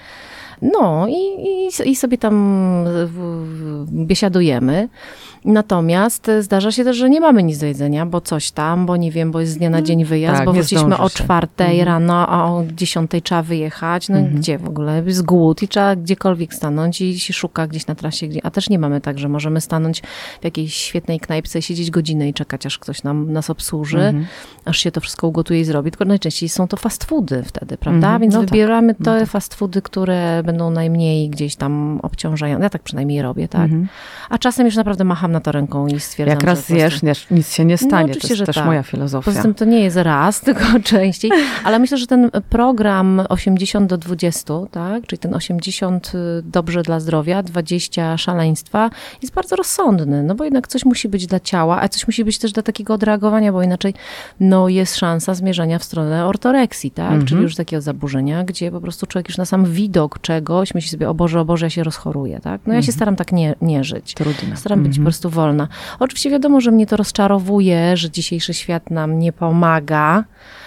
No i, i, i sobie tam w- w- biesiadujemy. Natomiast zdarza się też, że nie mamy nic do jedzenia, bo coś tam, bo nie wiem, bo jest z dnia na dzień wyjazd, tak, bo nie wróciliśmy zdąży o się. czwartej Mhm. rano, a o dziesiątej trzeba wyjechać. No Mhm. gdzie w ogóle? Jest głód i trzeba gdziekolwiek stanąć i się szuka gdzieś na trasie, gdzie... a też nie mamy tak, że możemy stanąć w jakiejś świetnej knajpce i siedzieć godzinę i czekać, aż ktoś nam, nas obsłuży, Mhm. aż się to wszystko ugotuje i zrobi, tylko najczęściej są to fast foody wtedy, prawda? Mhm. Więc No tak. wybieramy te No tak. fast foody, które będą najmniej gdzieś tam obciążające. Ja tak przynajmniej robię, tak? Mhm. A czasem już naprawdę macham na to ręką i stwierdzam, Jak raz że po prostu- zjesz, nie, nic się nie stanie. To oczywiście, jest że też tak. moja filozofia. Poza tym to nie jest raz, tylko częściej. Ale myślę, że ten program osiemdziesiąt do dwudziestu, tak? Czyli ten osiemdziesiąt dobrze dla zdrowia, dwadzieścia szaleństwa, jest bardzo rozsądny, no bo jednak coś musi być dla ciała, a coś musi być też dla takiego odreagowania, bo inaczej no, jest szansa zmierzania w stronę ortoreksji, tak? Mhm. Czyli już takiego zaburzenia, gdzie po prostu człowiek już na sam widok czegoś myśli sobie, o Boże, o Boże, ja się rozchoruję, tak? No ja się staram tak nie, nie żyć. Trudno. Staram być Mhm. po prostu wolna. Oczywiście wiadomo, że mnie to rozczarowuje, że dzisiejszy świat nam nie pomaga.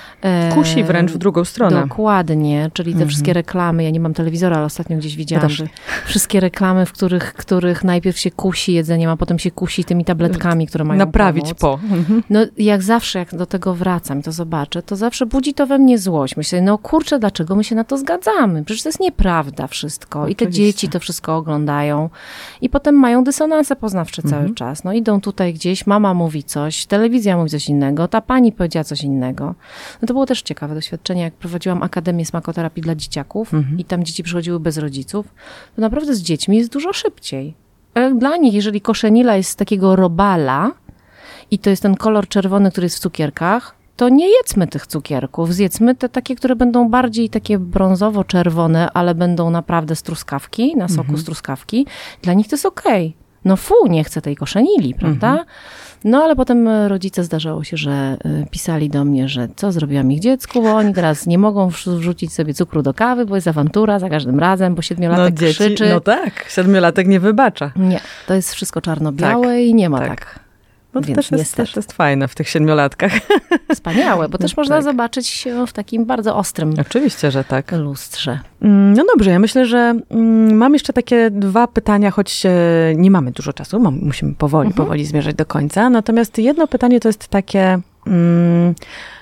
E, Kusi wręcz w drugą stronę. Dokładnie, czyli te Mhm. wszystkie reklamy, ja nie mam telewizora, ale ostatnio gdzieś widziałam, Wydasz. że wszystkie reklamy, w których, których najpierw się kusi jedzeniem, a potem się kusi tymi tabletkami, które mają Naprawić pomóc. po. Mhm. No jak zawsze, jak do tego wracam i to zobaczę, to zawsze budzi to we mnie złość. Myślę, no kurczę, dlaczego my się na to zgadzamy? Przecież to jest nieprawda wszystko. I te Oczywiście. dzieci to wszystko oglądają. I potem mają dysonanse poznawcze Mhm. cały czas. No idą tutaj gdzieś, mama mówi coś, telewizja mówi coś innego, ta pani powiedziała coś innego. No to było też ciekawe doświadczenie, jak prowadziłam Akademię Smakoterapii dla dzieciaków Mhm. i tam dzieci przychodziły bez rodziców, to naprawdę z dziećmi jest dużo szybciej. E, Dla nich, jeżeli koszenila jest z takiego robala, i to jest ten kolor czerwony, który jest w cukierkach, to nie jedzmy tych cukierków. Zjedzmy te takie, które będą bardziej takie brązowo-czerwone, ale będą naprawdę z truskawki, na soku z truskawki. Dla nich to jest okej. No fu, nie chcę tej koszenili, prawda? No ale potem rodzice zdarzało się, że y, pisali do mnie, że co zrobiłam ich dziecku, bo oni teraz nie mogą wrzu- wrzucić sobie cukru do kawy, bo jest awantura za każdym razem, bo siedmiolatek No dzieci, krzyczy. no tak, siedmiolatek nie wybacza. Nie, to jest wszystko czarno-białe i nie ma tak. tak. No to Więc też jest, niestety. też jest fajne w tych siedmiolatkach. Wspaniałe, bo też No można tak. zobaczyć się w takim bardzo ostrym Oczywiście, że tak. lustrze. Mm, No dobrze, ja myślę, że mm, mam jeszcze takie dwa pytania, choć e, nie mamy dużo czasu, mam, musimy powoli, Mhm. powoli zmierzać do końca. Natomiast jedno pytanie to jest takie mm,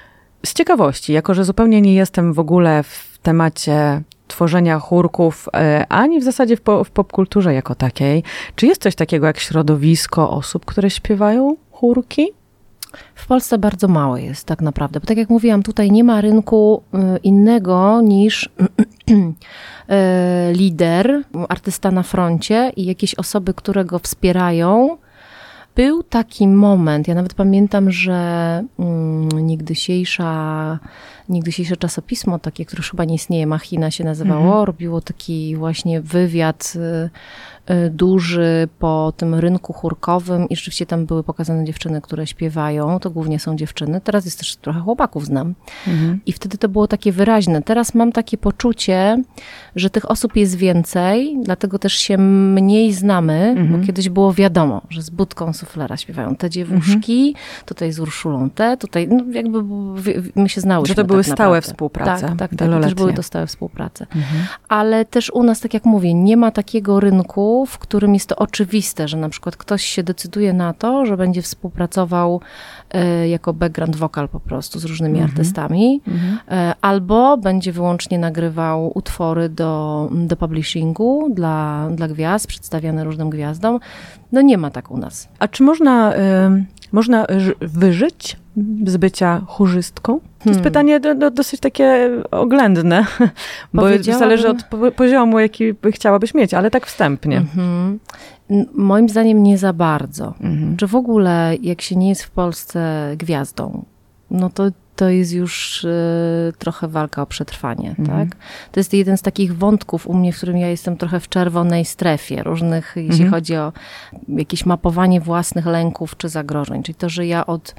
z ciekawości, jako że zupełnie nie jestem w ogóle w temacie tworzenia chórków, e, ani w zasadzie w, po, w popkulturze jako takiej. Czy jest coś takiego jak środowisko osób, które śpiewają chórki? W Polsce bardzo mało jest tak naprawdę, bo tak jak mówiłam, tutaj nie ma rynku y, innego niż y, lider, artysta na froncie i jakieś osoby, które go wspierają. Był taki moment, ja nawet pamiętam, że mm, niegdysiejsza, niegdysiejsze czasopismo, takie, które już chyba nie istnieje, Machina się nazywało, Mhm. robiło taki właśnie wywiad y, y, duży po tym rynku chórkowym i rzeczywiście tam były pokazane dziewczyny, które śpiewają, to głównie są dziewczyny, teraz jest też trochę chłopaków znam. Mhm. I wtedy to było takie wyraźne. Teraz mam takie poczucie, że tych osób jest więcej, dlatego też się mniej znamy, Mhm. bo kiedyś było wiadomo, że z Budką Suflera śpiewają te dziewuszki, tutaj z Urszulą te, tutaj no jakby w- w- my się znałyśmy. Że to były tak stałe naprawdę. współprace, Tak, tak, tak. wieloletnie. Też były to stałe współprace. Mhm. Ale też u nas, tak jak mówię, nie ma takiego rynku, w którym jest to oczywiste, że na przykład ktoś się decyduje na to, że będzie współpracował e, jako background vocal po prostu z różnymi Mhm. artystami, Mhm. e, albo będzie wyłącznie nagrywał utwory do, do publishingu dla, dla gwiazd, przedstawiane różnym gwiazdom. No nie ma tak u nas. A czy można, y, można ży- wyżyć z bycia chórzystką? To jest Hmm. pytanie do, do, dosyć takie oględne, bo Powiedziałabym- zależy od po- poziomu, jaki by chciałabyś mieć, ale tak wstępnie. Mhm. N- Moim zdaniem nie za bardzo. Mhm. Czy w ogóle, jak się nie jest w Polsce gwiazdą, no to to jest już y, trochę walka o przetrwanie, Mhm. tak? To jest jeden z takich wątków u mnie, w którym ja jestem trochę w czerwonej strefie różnych, jeśli Mhm. chodzi o jakieś mapowanie własnych lęków czy zagrożeń. Czyli to, że ja od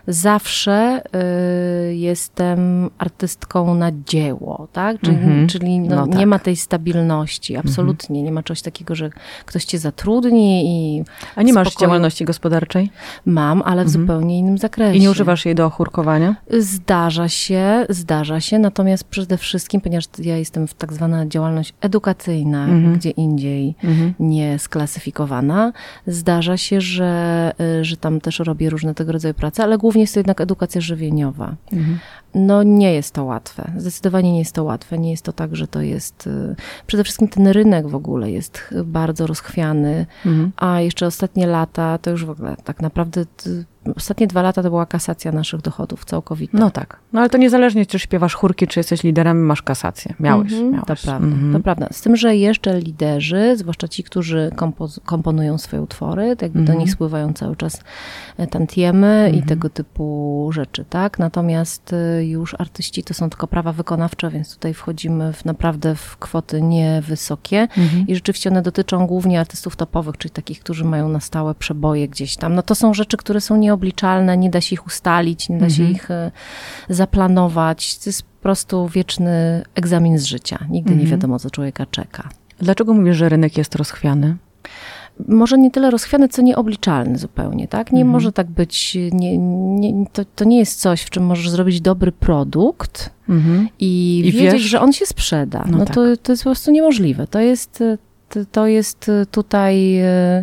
zawsze y, jestem artystką na dzieło, tak? Czyli, Mhm. czyli no, No nie tak. ma tej stabilności, absolutnie. Nie ma czegoś takiego, że ktoś cię zatrudni i A nie masz spokoju- działalności gospodarczej? mam, ale w Mhm. zupełnie innym zakresie. I nie używasz jej do ochórkowania? Zdarza się, zdarza się, natomiast przede wszystkim, ponieważ ja jestem w tak zwana działalność edukacyjna, Mhm. gdzie indziej Mhm. nie sklasyfikowana, zdarza się, że, y, że tam też robię różne tego rodzaju prace, ale głównie jest to jednak edukacja żywieniowa. Mhm. No nie jest to łatwe. Zdecydowanie nie jest to łatwe. Nie jest to tak, że to jest... y, Przede wszystkim ten rynek w ogóle jest ch- bardzo rozchwiany, Mhm. a jeszcze ostatnie lata to już w ogóle tak naprawdę... y, Ostatnie dwa lata to była kasacja naszych dochodów całkowita. No tak. No ale to niezależnie, czy śpiewasz chórki, czy jesteś liderem, masz kasację. Miałeś, Mhm, miałeś. To prawda, Mhm. to prawda. Z tym, że jeszcze liderzy, zwłaszcza ci, którzy kompoz- komponują swoje utwory, to jakby Mhm. do nich spływają cały czas e, tantiemy i Mhm. tego typu rzeczy, tak? Natomiast y, już artyści to są tylko prawa wykonawcze, więc tutaj wchodzimy w naprawdę w kwoty niewysokie. Mhm. I rzeczywiście one dotyczą głównie artystów topowych, czyli takich, którzy mają na stałe przeboje gdzieś tam. No to są rzeczy, które są nieobliczalne, nie da się ich ustalić, nie da się Mhm. ich e, zaplanować. To jest po prostu wieczny egzamin z życia. Nigdy nie Mhm. wiadomo, co człowieka czeka. Dlaczego mówisz, że rynek jest rozchwiany? Może nie tyle rozchwiany, co nieobliczalny zupełnie, tak? Nie Mhm. może tak być, nie, nie, to, to nie jest coś, w czym możesz zrobić dobry produkt Mhm. i, I wiedzieć, wiesz- że on się sprzeda. No No, tak. to, to jest po prostu niemożliwe. To jest, to, to jest tutaj... e,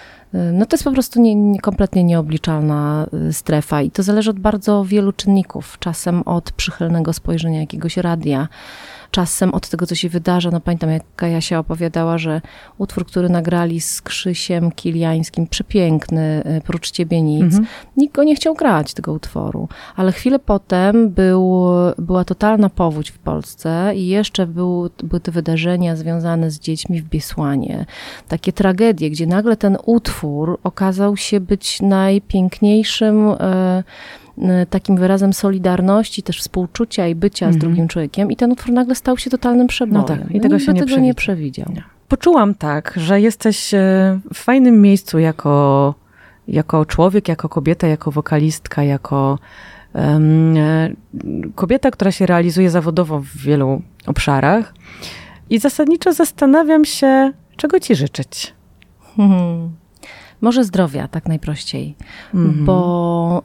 No to jest po prostu nie, nie, kompletnie nieobliczalna y, strefa i to zależy od bardzo wielu czynników. Czasem od przychylnego spojrzenia jakiegoś radia, czasem od tego, co się wydarza. No pamiętam, jak Kajasia opowiadała, że utwór, który nagrali z Krzysiem Kiliańskim, przepiękny, y, Prócz ciebie nic, Mhm. nikt go nie chciał grać, tego utworu. Ale chwilę potem był, była totalna powódź w Polsce i jeszcze był, były te wydarzenia związane z dziećmi w Biesłanie. Takie tragedie, gdzie nagle ten utwór okazał się być najpiękniejszym e, e, takim wyrazem solidarności, też współczucia i bycia z Mhm. drugim człowiekiem. I ten utwór nagle stał się totalnym przebojem. No tak, i tego Nikt się by nie tego nie przewidział. przewidział. Poczułam tak, że jesteś e, w fajnym miejscu jako, jako człowiek, jako kobieta, jako wokalistka, jako em, e, kobieta, która się realizuje zawodowo w wielu obszarach. I zasadniczo zastanawiam się, czego ci życzyć. Mhm. Może zdrowia, tak najprościej. Mhm. Bo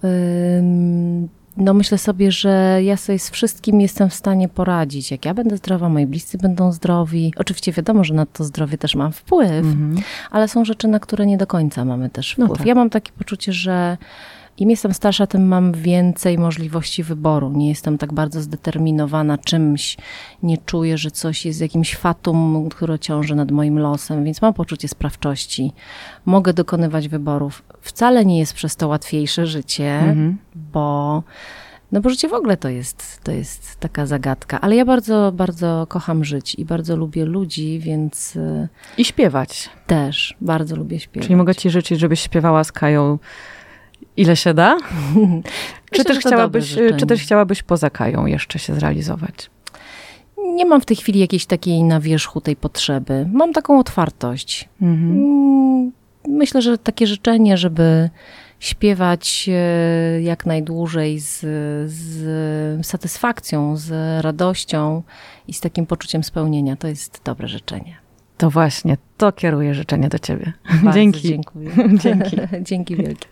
ym, no myślę sobie, że ja sobie z wszystkim jestem w stanie poradzić. Jak ja będę zdrowa, moi bliscy będą zdrowi. Oczywiście wiadomo, że na to zdrowie też mam wpływ, Mhm. ale są rzeczy, na które nie do końca mamy też No wpływ. tak. Ja mam takie poczucie, że im jestem starsza, tym mam więcej możliwości wyboru. Nie jestem tak bardzo zdeterminowana czymś. Nie czuję, że coś jest jakimś fatum, które ciąży nad moim losem, więc mam poczucie sprawczości. Mogę dokonywać wyborów. Wcale nie jest przez to łatwiejsze życie, Mhm. bo no bo życie w ogóle to jest, to jest taka zagadka. Ale ja bardzo, bardzo kocham żyć i bardzo lubię ludzi, więc y, I śpiewać. też bardzo lubię śpiewać. Czyli mogę ci życzyć, żebyś śpiewała z Kają ile się da? Myślę, Czy też, że to chciałabyś, dobre życzenie. czy też chciałabyś poza Kają jeszcze się zrealizować? Nie mam w tej chwili jakiejś takiej na wierzchu tej potrzeby. Mam taką otwartość. Mhm. Mm, Myślę, że takie życzenie, żeby śpiewać e, jak najdłużej z, z satysfakcją, z radością i z takim poczuciem spełnienia, to jest dobre życzenie. To właśnie, to kieruję życzenie do ciebie. Bardzo Dzięki. dziękuję. Dzięki. Dzięki wielkie.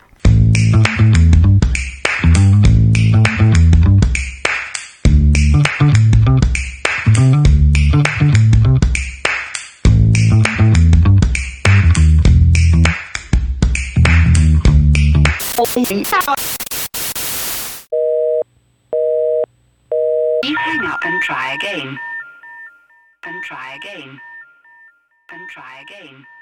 You hang up and try again. And try again. And try again.